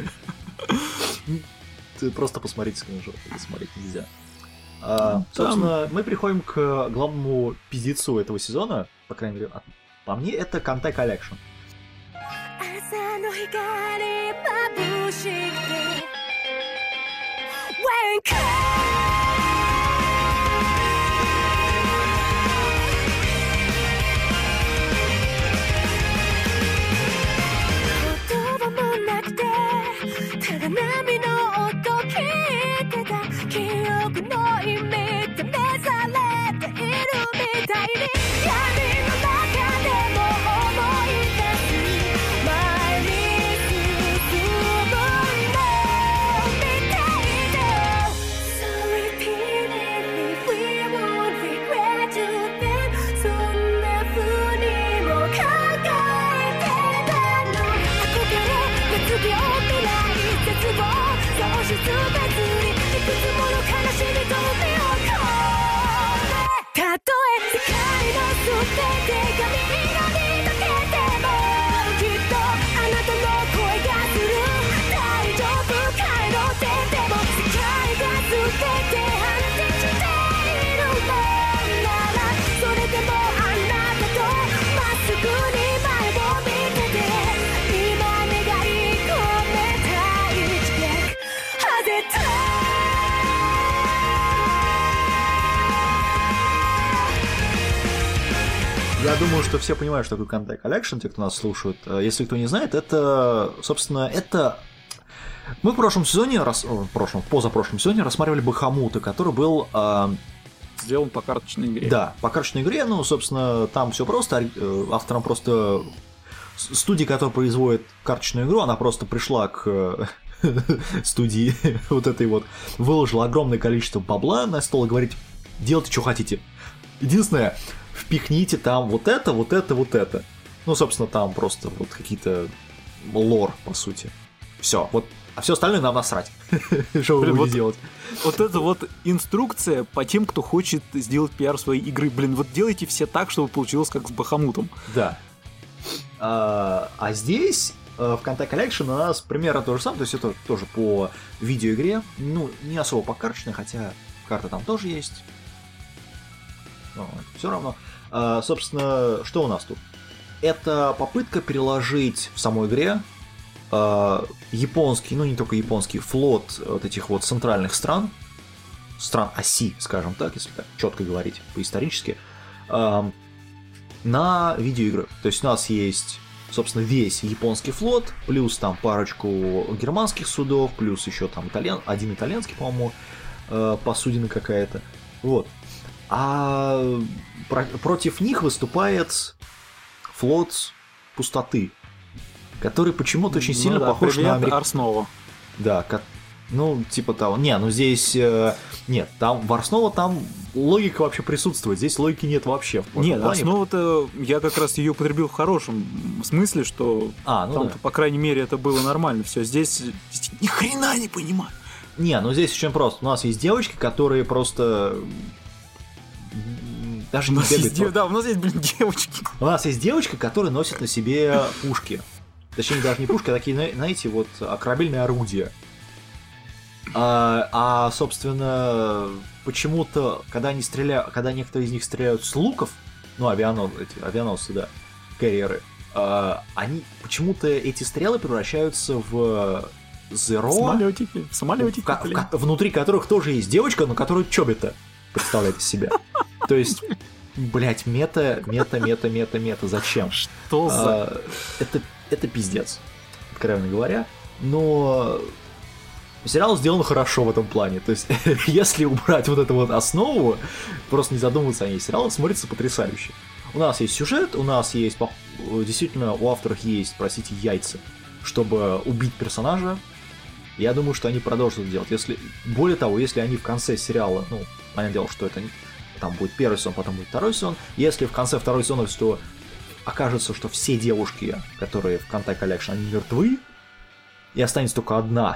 Ты просто посмотрите скриншот, это смотреть нельзя. А, собственно, мы приходим к главному пиздецу этого сезона, по крайней мере, от- по мне, это Кантай Collection. 朝の光眩しくて Wake up 言葉もなくてただ波の音聞いてた記憶の意味試されているみたいに闇の中でも思い出す喪失別にいくつもの悲しみと身を込めたとえ世界の全てがみんなに溶けてもきっとあなたの声がする大丈夫帰ろうってでも世界が全て反転しているのならそれでもあなたとまっすぐに前を見てて今願い込めた一撃外れた Я думаю, что все понимают, что такое Kantai Collection, те, кто нас слушают. Если кто не знает, это, собственно, это... Мы в прошлом сезоне, рас... в прошлом, в позапрошлом сезоне рассматривали Бахамута, который был... Э... Сделан по карточной игре. Да, по карточной игре, ну, собственно, там все просто. Авторам просто... Студия, которая производит карточную игру, она просто пришла к студии вот этой вот, выложила огромное количество бабла на стол и говорит, делайте, что хотите. Единственное... Впихните там вот это, вот это, вот это. Ну, собственно, там просто вот какие-то лор, по сути. Все. Вот. А все остальное нам насрать. Что вы будете делать? Вот это вот инструкция по тем, кто хочет сделать пиар своей игры. Блин, вот делайте все так, чтобы получилось как с Бахамутом. Да. А, а здесь в Kantai Collection у нас примерно то же самое. То есть это тоже по видеоигре. Ну, не особо по карточной, хотя карта там тоже есть. Но все равно. А, собственно, что у нас тут? Это попытка переложить в самой игре а, японский, ну не только японский, флот вот этих вот центральных стран, стран оси, скажем так, если так четко говорить по-исторически, а, на видеоигры. То есть у нас есть, собственно, весь японский флот, плюс там парочку германских судов, плюс еще там итальян, один итальянский, по-моему, а, посудина какая-то. Вот. А про- против них выступает флот пустоты, который почему-то очень сильно ну да, похож привет, на Америк... Арснова. Да, как... ну, типа того. Не, ну здесь... Э... Нет, там в Арснова там логика вообще присутствует, здесь логики нет вообще. В Нет, плане. Арснова-то я как раз ее употребил в хорошем смысле, что а, ну там, да. по крайней мере, это было нормально. Все, здесь ни хрена не понимаю. Не, ну здесь очень просто. У нас есть девочки, которые просто... Даже у не нас бегают. есть, дев... Да, у нас есть, блин, девочки. У нас есть девочка, которая носит на себе пушки. Точнее, даже не пушки, а такие, знаете, вот корабельные орудия. А, а собственно, почему-то, когда они стреляют, когда некоторые из них стреляют с луков, ну, авианос, эти, авианосцы, да, карьеры, а, они почему-то эти стрелы превращаются в зеро. Самолетики. Самолетики. В, в, в, внутри которых тоже есть девочка, но которая чобита. Представляете себе. То есть, блять, мета, мета, мета, мета, мета. Зачем? Что за... А, это, это пиздец, откровенно говоря. Но сериал сделан хорошо в этом плане. То есть, если убрать вот эту вот основу, просто не задумываться о ней, сериал смотрится потрясающе. У нас есть сюжет, у нас есть... Действительно, у авторов есть, простите, яйца, чтобы убить персонажа. Я думаю, что они продолжат это делать. Если... Более того, если они в конце сериала... Ну, понятное дело, что это не... Там будет первый сезон, потом будет второй сезон. Если в конце второй сезона что окажется, что все девушки, которые в Kantai Collection, они мертвы, и останется только одна,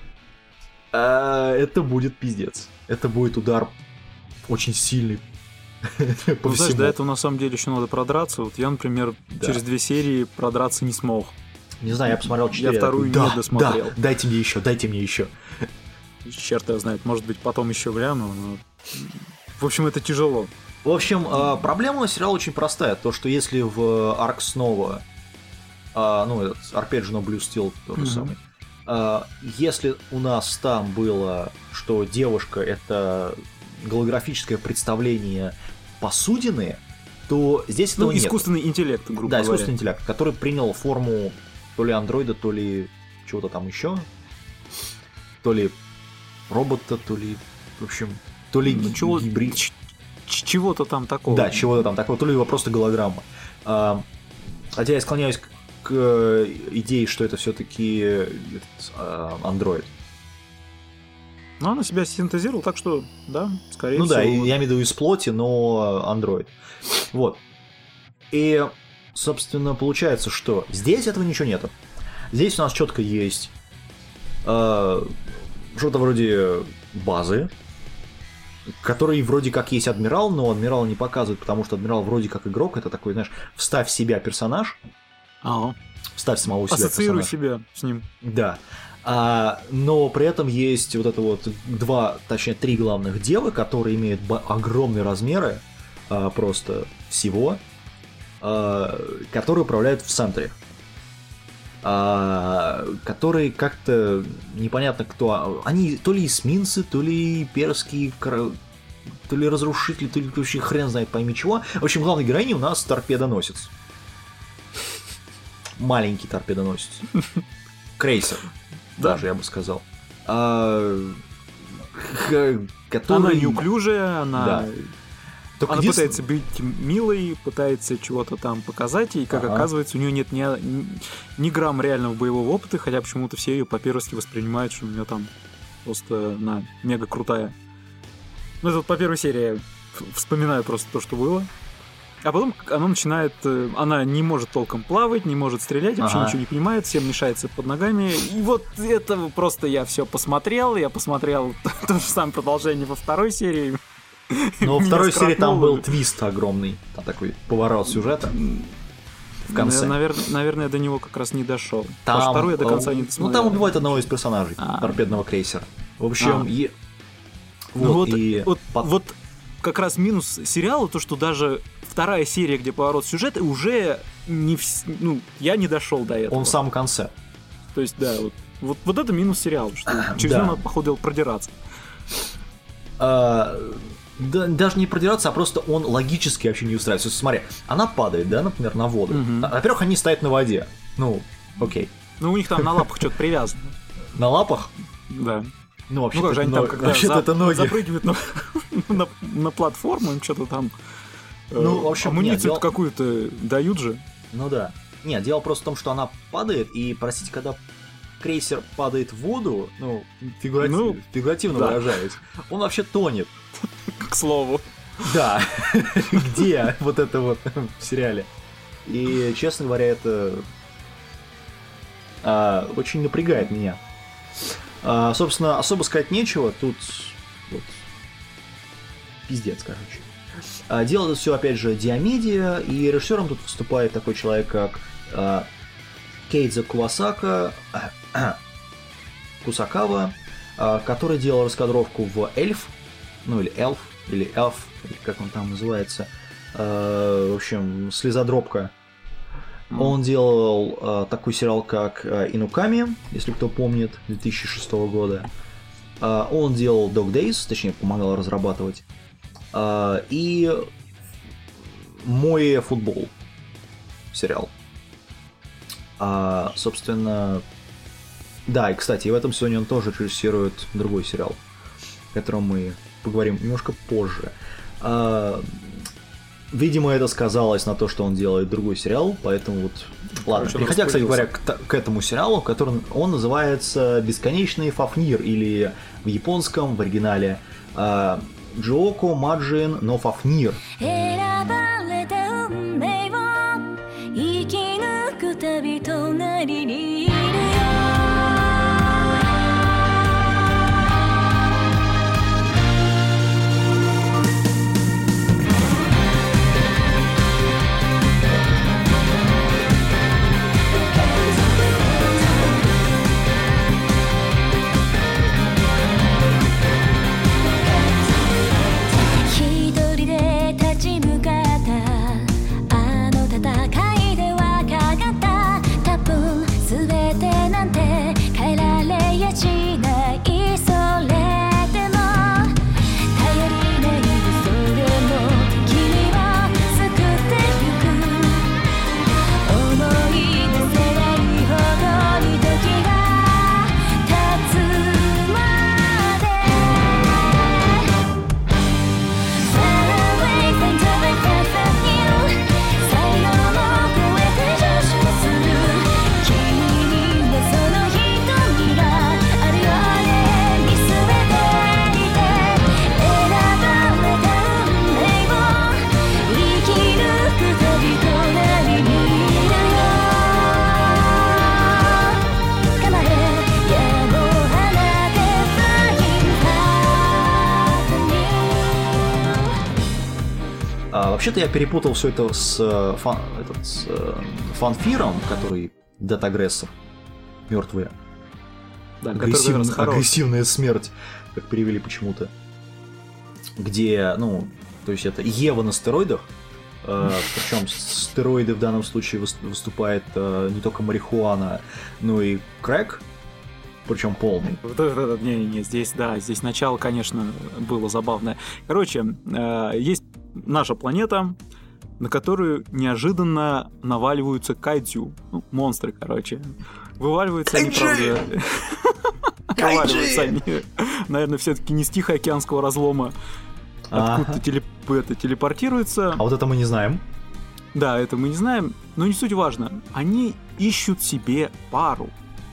это будет пиздец. Это будет удар очень сильный по ну, всему. Знаешь, до этого на самом деле еще надо продраться. Вот я, например, да. через две серии продраться не смог. Не знаю, я посмотрел четыре. Я вторую да, не досмотрел. Да, дайте мне еще, дайте мне еще. Черт его знает, может быть, потом еще гляну, но... В общем, это тяжело. В общем, проблема сериала очень простая. То, что если в Ark снова, ну, этот Arpeggio Blue Steel тот же mm-hmm. самый, если у нас там было, что девушка — это голографическое представление посудины, то здесь этого ну, нет. искусственный интеллект, грубо да, говоря. Да, искусственный интеллект, который принял форму то ли андроида, то ли чего-то там еще, то ли робота, то ли, в общем... То ли ну, чего, гибрид. Ч- чего-то там такого. Да, чего-то там такого, то ли его просто голограмма. А, хотя я склоняюсь к, к идее, что это все-таки а, андроид. Ну, она себя синтезировала, так что, да, скорее ну, всего. Ну да, я имею в виду из плоти, но андроид. Вот. И, собственно, получается, что здесь этого ничего нету. Здесь у нас четко есть... А, что-то вроде базы, который вроде как есть адмирал, но адмирал не показывают, потому что адмирал вроде как игрок, это такой, знаешь, вставь себя персонаж, Ага. вставь самого себя Ассоциируй персонаж. себя с ним. Да. А, но при этом есть вот это вот два, точнее три главных девы, которые имеют бо- огромные размеры а, просто всего, а, которые управляют в центре. А, которые как-то непонятно кто. Они то ли эсминцы, то ли перские, кра- то ли разрушители, то ли вообще хрен знает пойми чего. В общем, главной героиней у нас торпедоносец. Маленький торпедоносец. Крейсер. Даже, я бы сказал. А, х- который... Она неуклюжая, она, Да. Только она единственное- пытается быть милой, пытается чего-то там показать, и, как Ага. оказывается, у нее нет ни, ни, ни грамм реального боевого опыта, хотя почему-то все ее по-первски воспринимают, что у нее там просто она мега крутая. Ну, это вот по первой серии я в- вспоминаю просто то, что было. А потом она начинает... э, Она не может толком плавать, не может стрелять, вообще Ага. ничего не понимает, всем мешается под ногами. И вот это просто я все посмотрел. Я посмотрел то же самое продолжение во второй серии. Но во Меня второй серии там скоротнуло. был твист огромный. Там такой поворот сюжета. В конце. Наверное, наверное, до него как раз не дошел. Там, Второй я до э, конца не Ну, досмотрел. там убивают одного из персонажей А. торпедного крейсера. В общем, А. е- Ну вот, вот, и вот, под- вот как раз минус сериала, то, что даже вторая серия, где поворот сюжета, уже не вс- ну, я не дошел до этого. он в самом конце. То есть, да, вот, вот, вот это минус сериала, что через Да. него надо, походу, дела, продираться. А, да, даже не продираться, а просто он логически вообще не устраивается. Смотри, она падает, да, например, на воду. Мгм. А, Во-первых, они стоят на воде. Ну, окей. Ну, у них там на лапах что-то привязано. На лапах? Да. Ну, вообще Ну, как же они там, когда вообще-то за- это ноги. запрыгивают на, на, на платформу, им что-то там э, Ну, в общем, нет, амуницию дело- какую-то дают же. Ну да. Нет, дело просто в том, что она падает, и, простите, когда крейсер падает в воду, ну, фигурати- Ну, фигуративно да. выражаясь, он вообще тонет. К слову. Да. Где вот это вот в сериале? И, честно говоря, это а, очень напрягает меня. А, собственно, особо сказать нечего, тут вот, пиздец, короче. А, делает все, опять же, Диамедиа, и режиссером тут выступает такой человек, как а, Кейдзо Куасака, Кусакава, а, который делал раскадровку в Эльф, ну или Эльф, или Эльф, или как он там называется. А, в общем, слезодропка. Он делал а, такой сериал, как а, Инуками, если кто помнит, две тысячи шестого года. А, он делал Dog Days, точнее, помогал разрабатывать. А, и Мой футбол сериал. А, собственно, да, и, кстати, в этом сезоне он тоже режиссирует другой сериал, о котором мы поговорим немножко позже. А, видимо, это сказалось на то, что он делает другой сериал, поэтому вот... Ладно, Короче, переходя, кстати говоря, распылился. к, к этому сериалу, который он называется «Бесконечный Фафнир», или в японском, в оригинале, а, «Джоко Маджин но Фафнир». 選ばれた運命を生き抜く旅隣にいるよ一人で立ち向かっ вообще-то я перепутал все это с, э, фан, этот, с э, фанфиром, который Death-агрессор, мертвые. Да, Агрессивная, который агрессивная смерть, как перевели почему-то. Где, ну, то есть это Ева на стероидах, э, причем стероиды в данном случае выступает э, не только марихуана, но и крэк, причем полный. Не-не-не, здесь, да, здесь начало, конечно, было забавное. Короче, э, есть наша планета, на которую неожиданно наваливаются кайдзю, ну, монстры, короче. Вываливаются они, правда... Вываливаются они, наверное, все-таки не с Тихоокеанского разлома, откуда-то телеп... это, телепортируются. А вот это мы не знаем. Да, это мы не знаем, но не суть важно. Они ищут себе пару.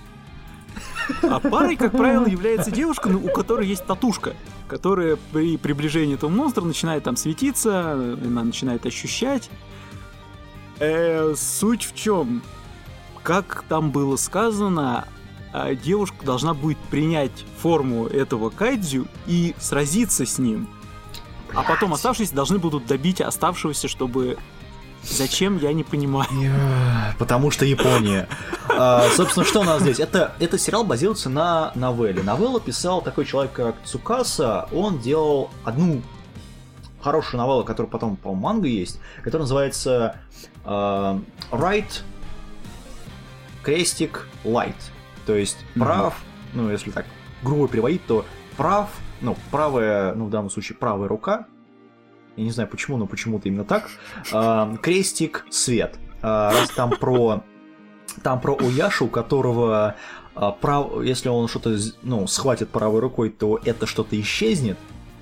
А парой, как правило, является девушка, у которой есть татушка, которая при приближении этого монстра начинает там светиться, она начинает ощущать. Э, суть в чем? Как там было сказано, девушка должна будет принять форму этого кайдзю и сразиться с ним. А потом оставшиеся должны будут добить оставшегося, чтобы... Зачем, я не понимаю. Потому что Япония. А, собственно, что у нас здесь? Это, это сериал базируется на новелле. Новеллу писал такой человек, как Цукаса. Он делал одну хорошую новеллу, которая потом, по-моему, манга есть, которая называется uh, Right крестик Light. То есть прав, mm-hmm. ну, если так грубо переводить, то прав, ну, правая, ну, в данном случае правая рука. Я не знаю почему, но почему-то именно так. А, крестик, свет. А, раз там про, там про Ояшу, у которого, а, прав, если он что-то, ну, схватит правой рукой, то это что-то исчезнет.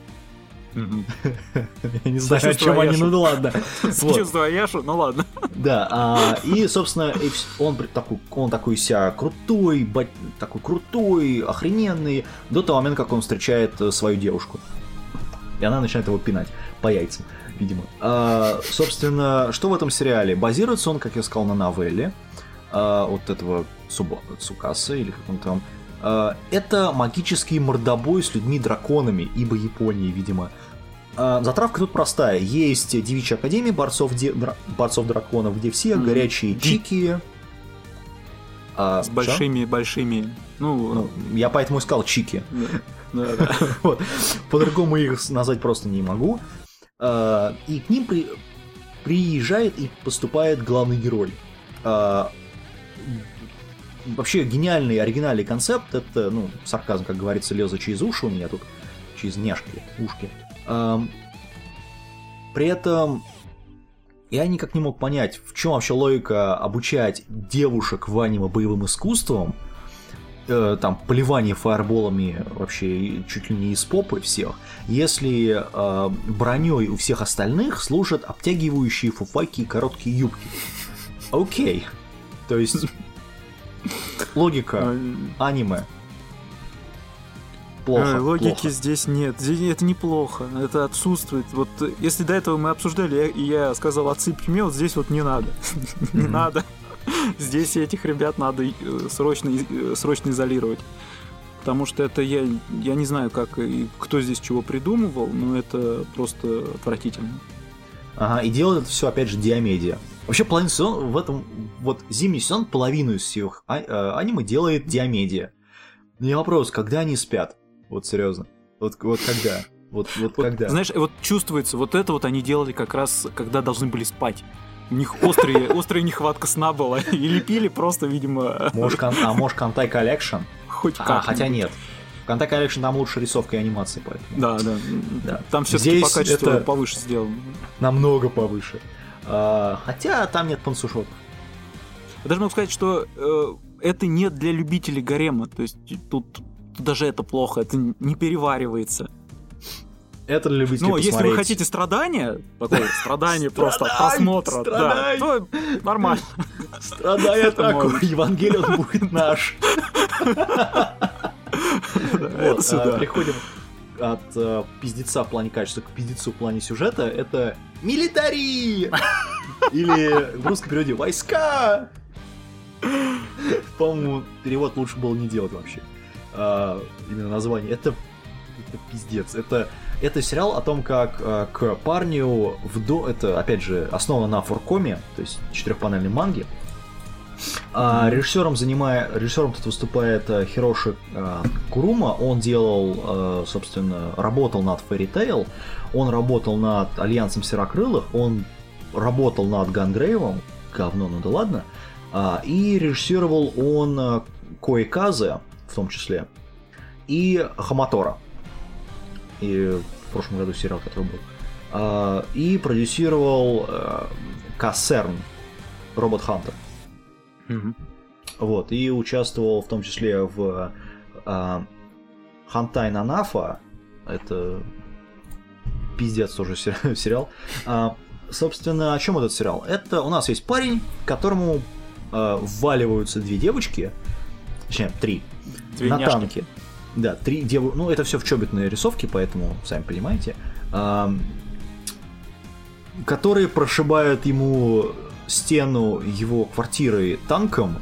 Я не знаю, о чем они, ну ладно. Чувство Ояшу, ну ладно. Да, и, собственно, он такой, он такой себя крутой, такой крутой, охрененный, до того момента, как он встречает свою девушку. И она начинает его пинать по яйцам, видимо. А, собственно, что в этом сериале? Базируется он, как я сказал, на новелле а, вот этого Цубо, Цукаса, или как он там. А, это магический мордобой с людьми-драконами, ибо Японии, видимо. А, затравка тут простая. Есть девичья академия борцов, де... дра... борцов драконов, где все mm-hmm. горячие чики. А, с большими-большими... Ну, ну, я поэтому искал чики. Yeah. Да, да. Вот. По-другому их назвать просто не могу. И к ним при... приезжает и поступает главный герой. Вообще гениальный, оригинальный концепт. Это, ну, сарказм, как говорится, леза через уши у меня тут. Через няшки, ушки. При этом я никак не мог понять, в чем вообще логика обучать девушек в аниме боевым искусствам. Там поливание фаерболами вообще чуть ли не из попы всех, если э, броней у всех остальных служат обтягивающие фуфайки и короткие юбки. Окей. То есть логика аниме. Плохо. А, логики плохо. Здесь нет. Здесь это неплохо. Это отсутствует. Вот если до этого мы обсуждали, и я сказал отсыпь мне, вот здесь вот не надо. Не надо. Здесь этих ребят надо срочно, срочно изолировать. Потому что это я, я не знаю, как и кто здесь чего придумывал, но это просто отвратительно. Ага, и делает это все, опять же, Диомедия. Вообще, половину сезона, в этом, вот зимний сезон, половину из всех а, а, аниме делает Диомедия. Мне вопрос, когда они спят? Вот серьезно. Вот, вот когда? Вот, вот, вот когда? Знаешь, вот чувствуется, вот это вот они делали как раз, когда должны были спать. У них острые, острая нехватка сна была. И лепили просто, видимо... Может, кон... А может, Кантай Коллекшн? Хоть а, как. Хотя нет. Кантай Коллекшн там лучше рисовка и анимация, поэтому... Да, да. да. Там все-таки по качеству это повыше сделано. Намного повыше. А, хотя там нет пансушотов. Я даже могу сказать, что э, это не для любителей гарема. То есть тут, тут даже это плохо. Это не переваривается. Это для любителей посмотреть. Ну, если вы хотите страдания, такое страдание просто от просмотра, да, то нормально. Страдай атаку, Евангелион будет наш. Приходим от пиздеца в плане качества к пиздецу в плане сюжета. Это милитари! Или в русском переводе войска! По-моему, перевод лучше было не делать вообще. Именно название. Это пиздец. Это Это сериал о том, как э, к парню в до... Это, опять же, основано на фуркоме, то есть четырехпанельной манге. А режиссером занимая... Режиссером тут выступает э, Хироши э, Курума. Он делал, э, собственно, работал над Fairy Tail, он работал над Альянсом Серокрылых, он работал над Гангрейвом, говно, ну да ладно, а, и режиссировал он э, Коэказе, в том числе, и Хаматора. И в прошлом году сериал, который был. А, и продюсировал а, Кассерн, Робот Хантер. Mm-hmm. Вот, и участвовал в том числе в а, Хантай Нанафа. Это пиздец тоже сериал. А, собственно, о чем этот сериал? Это у нас есть парень, которому а, вваливаются две девочки, точнее, три, две на няшки. Танке. Да, три девушки. Ну, это все в чобитной рисовке, поэтому, сами понимаете. А, которые прошибают ему стену его квартиры танком.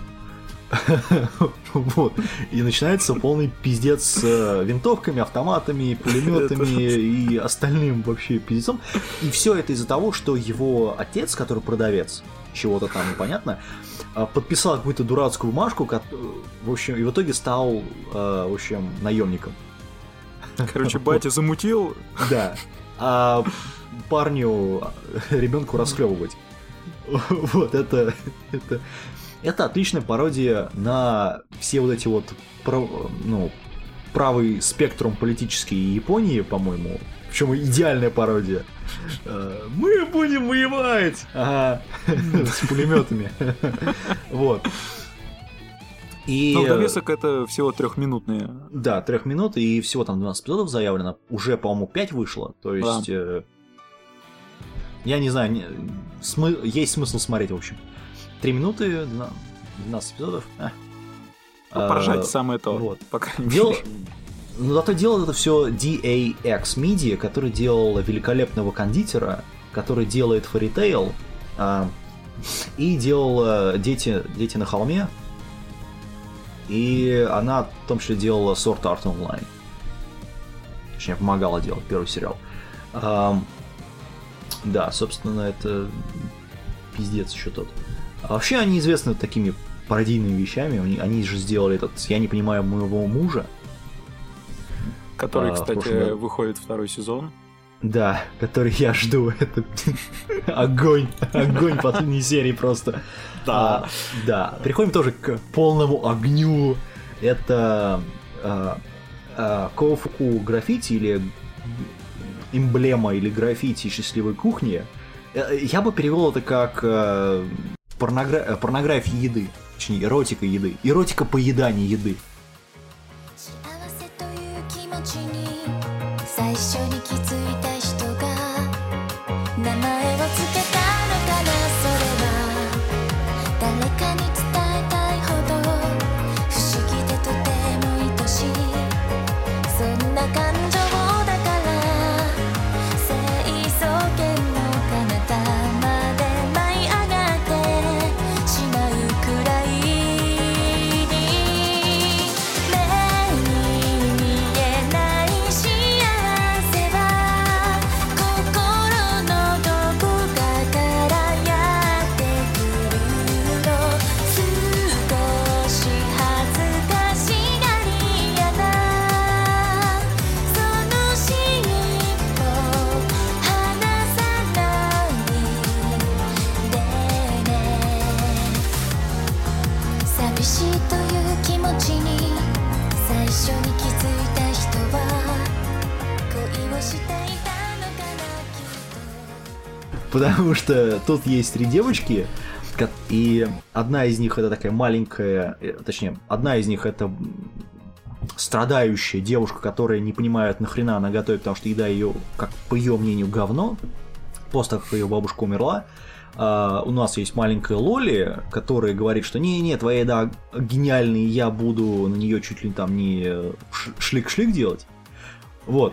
Вот. И начинается полный пиздец с винтовками, автоматами, пулеметами и остальным вообще пиздецом. И все это из-за того, что его отец, который продавец, чего-то там непонятно, подписал какую-то дурацкую бумажку, в общем, и в итоге стал, в общем, наемником. Короче, батя замутил. Да. А парню, ребенку расхлебывать. Вот, это, это, это отличная пародия на все вот эти вот, ну, правый спектрум политический Японии, по-моему. Причем идеальная пародия. Мы будем воевать! Ага. С пулеметами. Вот. И... Но довесок это всего трехминутные. Да, трех минут, и всего там двенадцать эпизодов заявлено. Уже, по-моему, пять вышло. То есть... Да. Э... Я не знаю, не... Смы... есть смысл смотреть, в общем. Три минуты, двенадцать эпизодов. А. Ну, поржать а, самое то. Вот. Пока не Дел... Но зато делал это все ди эй экс Media, который делал великолепного кондитера, который делает Fairy Tail, а, и делал Дети, Дети на холме. И она в том числе делала Sword Art Online. Точнее, помогала делать первый сериал. А, да, собственно, это пиздец еще тот. А вообще они известны такими пародийными вещами. Они, они же сделали этот «Я не понимаю моего мужа». Который, а, кстати, выходит второй сезон. Да, который я жду. Это огонь. Огонь последней серии просто. Да. А, да. Переходим тоже к полному огню. Это а, а, Коуфуку граффити или эмблема или граффити счастливой кухни. Я бы перевел это как а, порногра... порнография еды. Точнее, эротика еды. Эротика поедания еды. 最初に気づいた人が名前をつけたのかなそれは誰かに伝えたいほど不思議でとても愛しいそんな感情だから成層圏の彼方まで舞い上がってしまうくらいに目に見えない Потому что тут есть три девочки, и одна из них это такая маленькая, точнее, одна из них это страдающая девушка, которая не понимает, нахрена она готовит, потому что еда ее, как по ее мнению, говно, после того, как ее бабушка умерла. Uh, у нас есть маленькая Лоли, которая говорит, что не-не, твоя еда гениальная, и я буду на нее чуть ли там не шлик-шлик делать. Вот.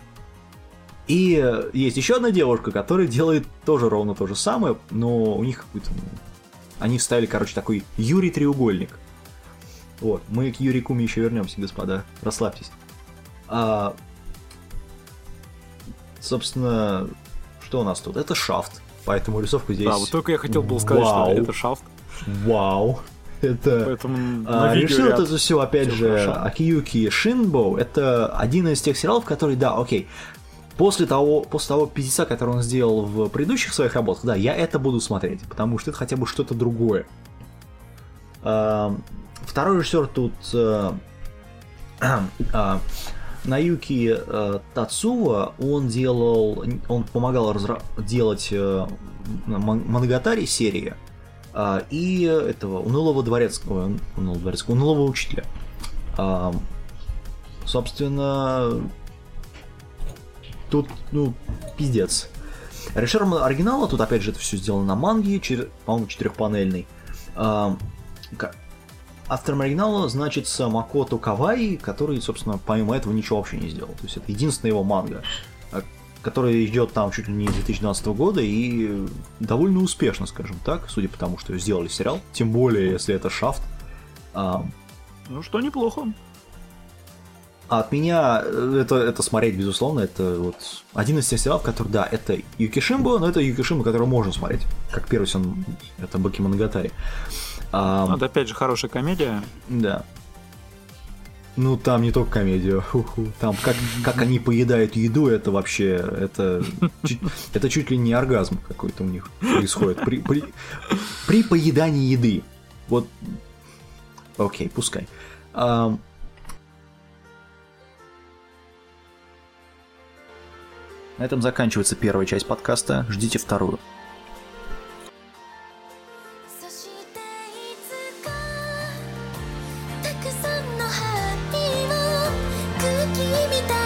И есть еще одна девушка, которая делает тоже ровно то же самое, но у них какой-то... Они вставили, короче, такой Юрий треугольник. Вот, мы к Юрий Куми еще вернемся, господа, расслабьтесь. А... собственно, что у нас тут? Это Shaft, поэтому рисовка здесь... Да, вот только я хотел был сказать, Вау. что это Shaft. Вау. Это... Поэтому А, на видео решил ряд это все, опять всё же, хорошо. Акиюки Шинбо. Это один из тех сериалов, который, да, окей. После того, после того пиздеца, который он сделал в предыдущих своих работах, да, я это буду смотреть, потому что это хотя бы что-то другое. А, второй режиссер тут а, а, Наюки а, Тацува. Он делал, он помогал разра- делать а, мон- Моногатари серии. А, и этого унылого дворецкого, унылого дворецкого, унылого учителя. А, собственно, тут, ну, пиздец. Режиссер оригинала, тут опять же это все сделано на манге, чер- по-моему, четырехпанельный. А, к- автором оригинала значится Макото Каваи, который, собственно, помимо этого ничего вообще не сделал. То есть это единственная его манга, который идет там чуть ли не с две тысячи двенадцатого года и довольно успешно, скажем так, судя по тому, что сделали сериал. Тем более, если это Shaft. А, Ну что, неплохо. а от меня это, это смотреть, безусловно, это вот один из тех сериалов, который, да, это Юкишимбо, но это Юкишимбо, который можно смотреть. Как первый сезон, это Бакимоногатари. А, Это опять же хорошая комедия. да. Ну, там не только комедия. Ху-ху. Там как, как они поедают еду, это вообще... Это, чуть- это чуть ли не оргазм какой-то у них происходит. При, при, при поедании еды. Вот... Окей, пускай. А, на этом заканчивается первая часть подкаста. Ждите вторую. そしていつかたくさんのハッピーを空気みたい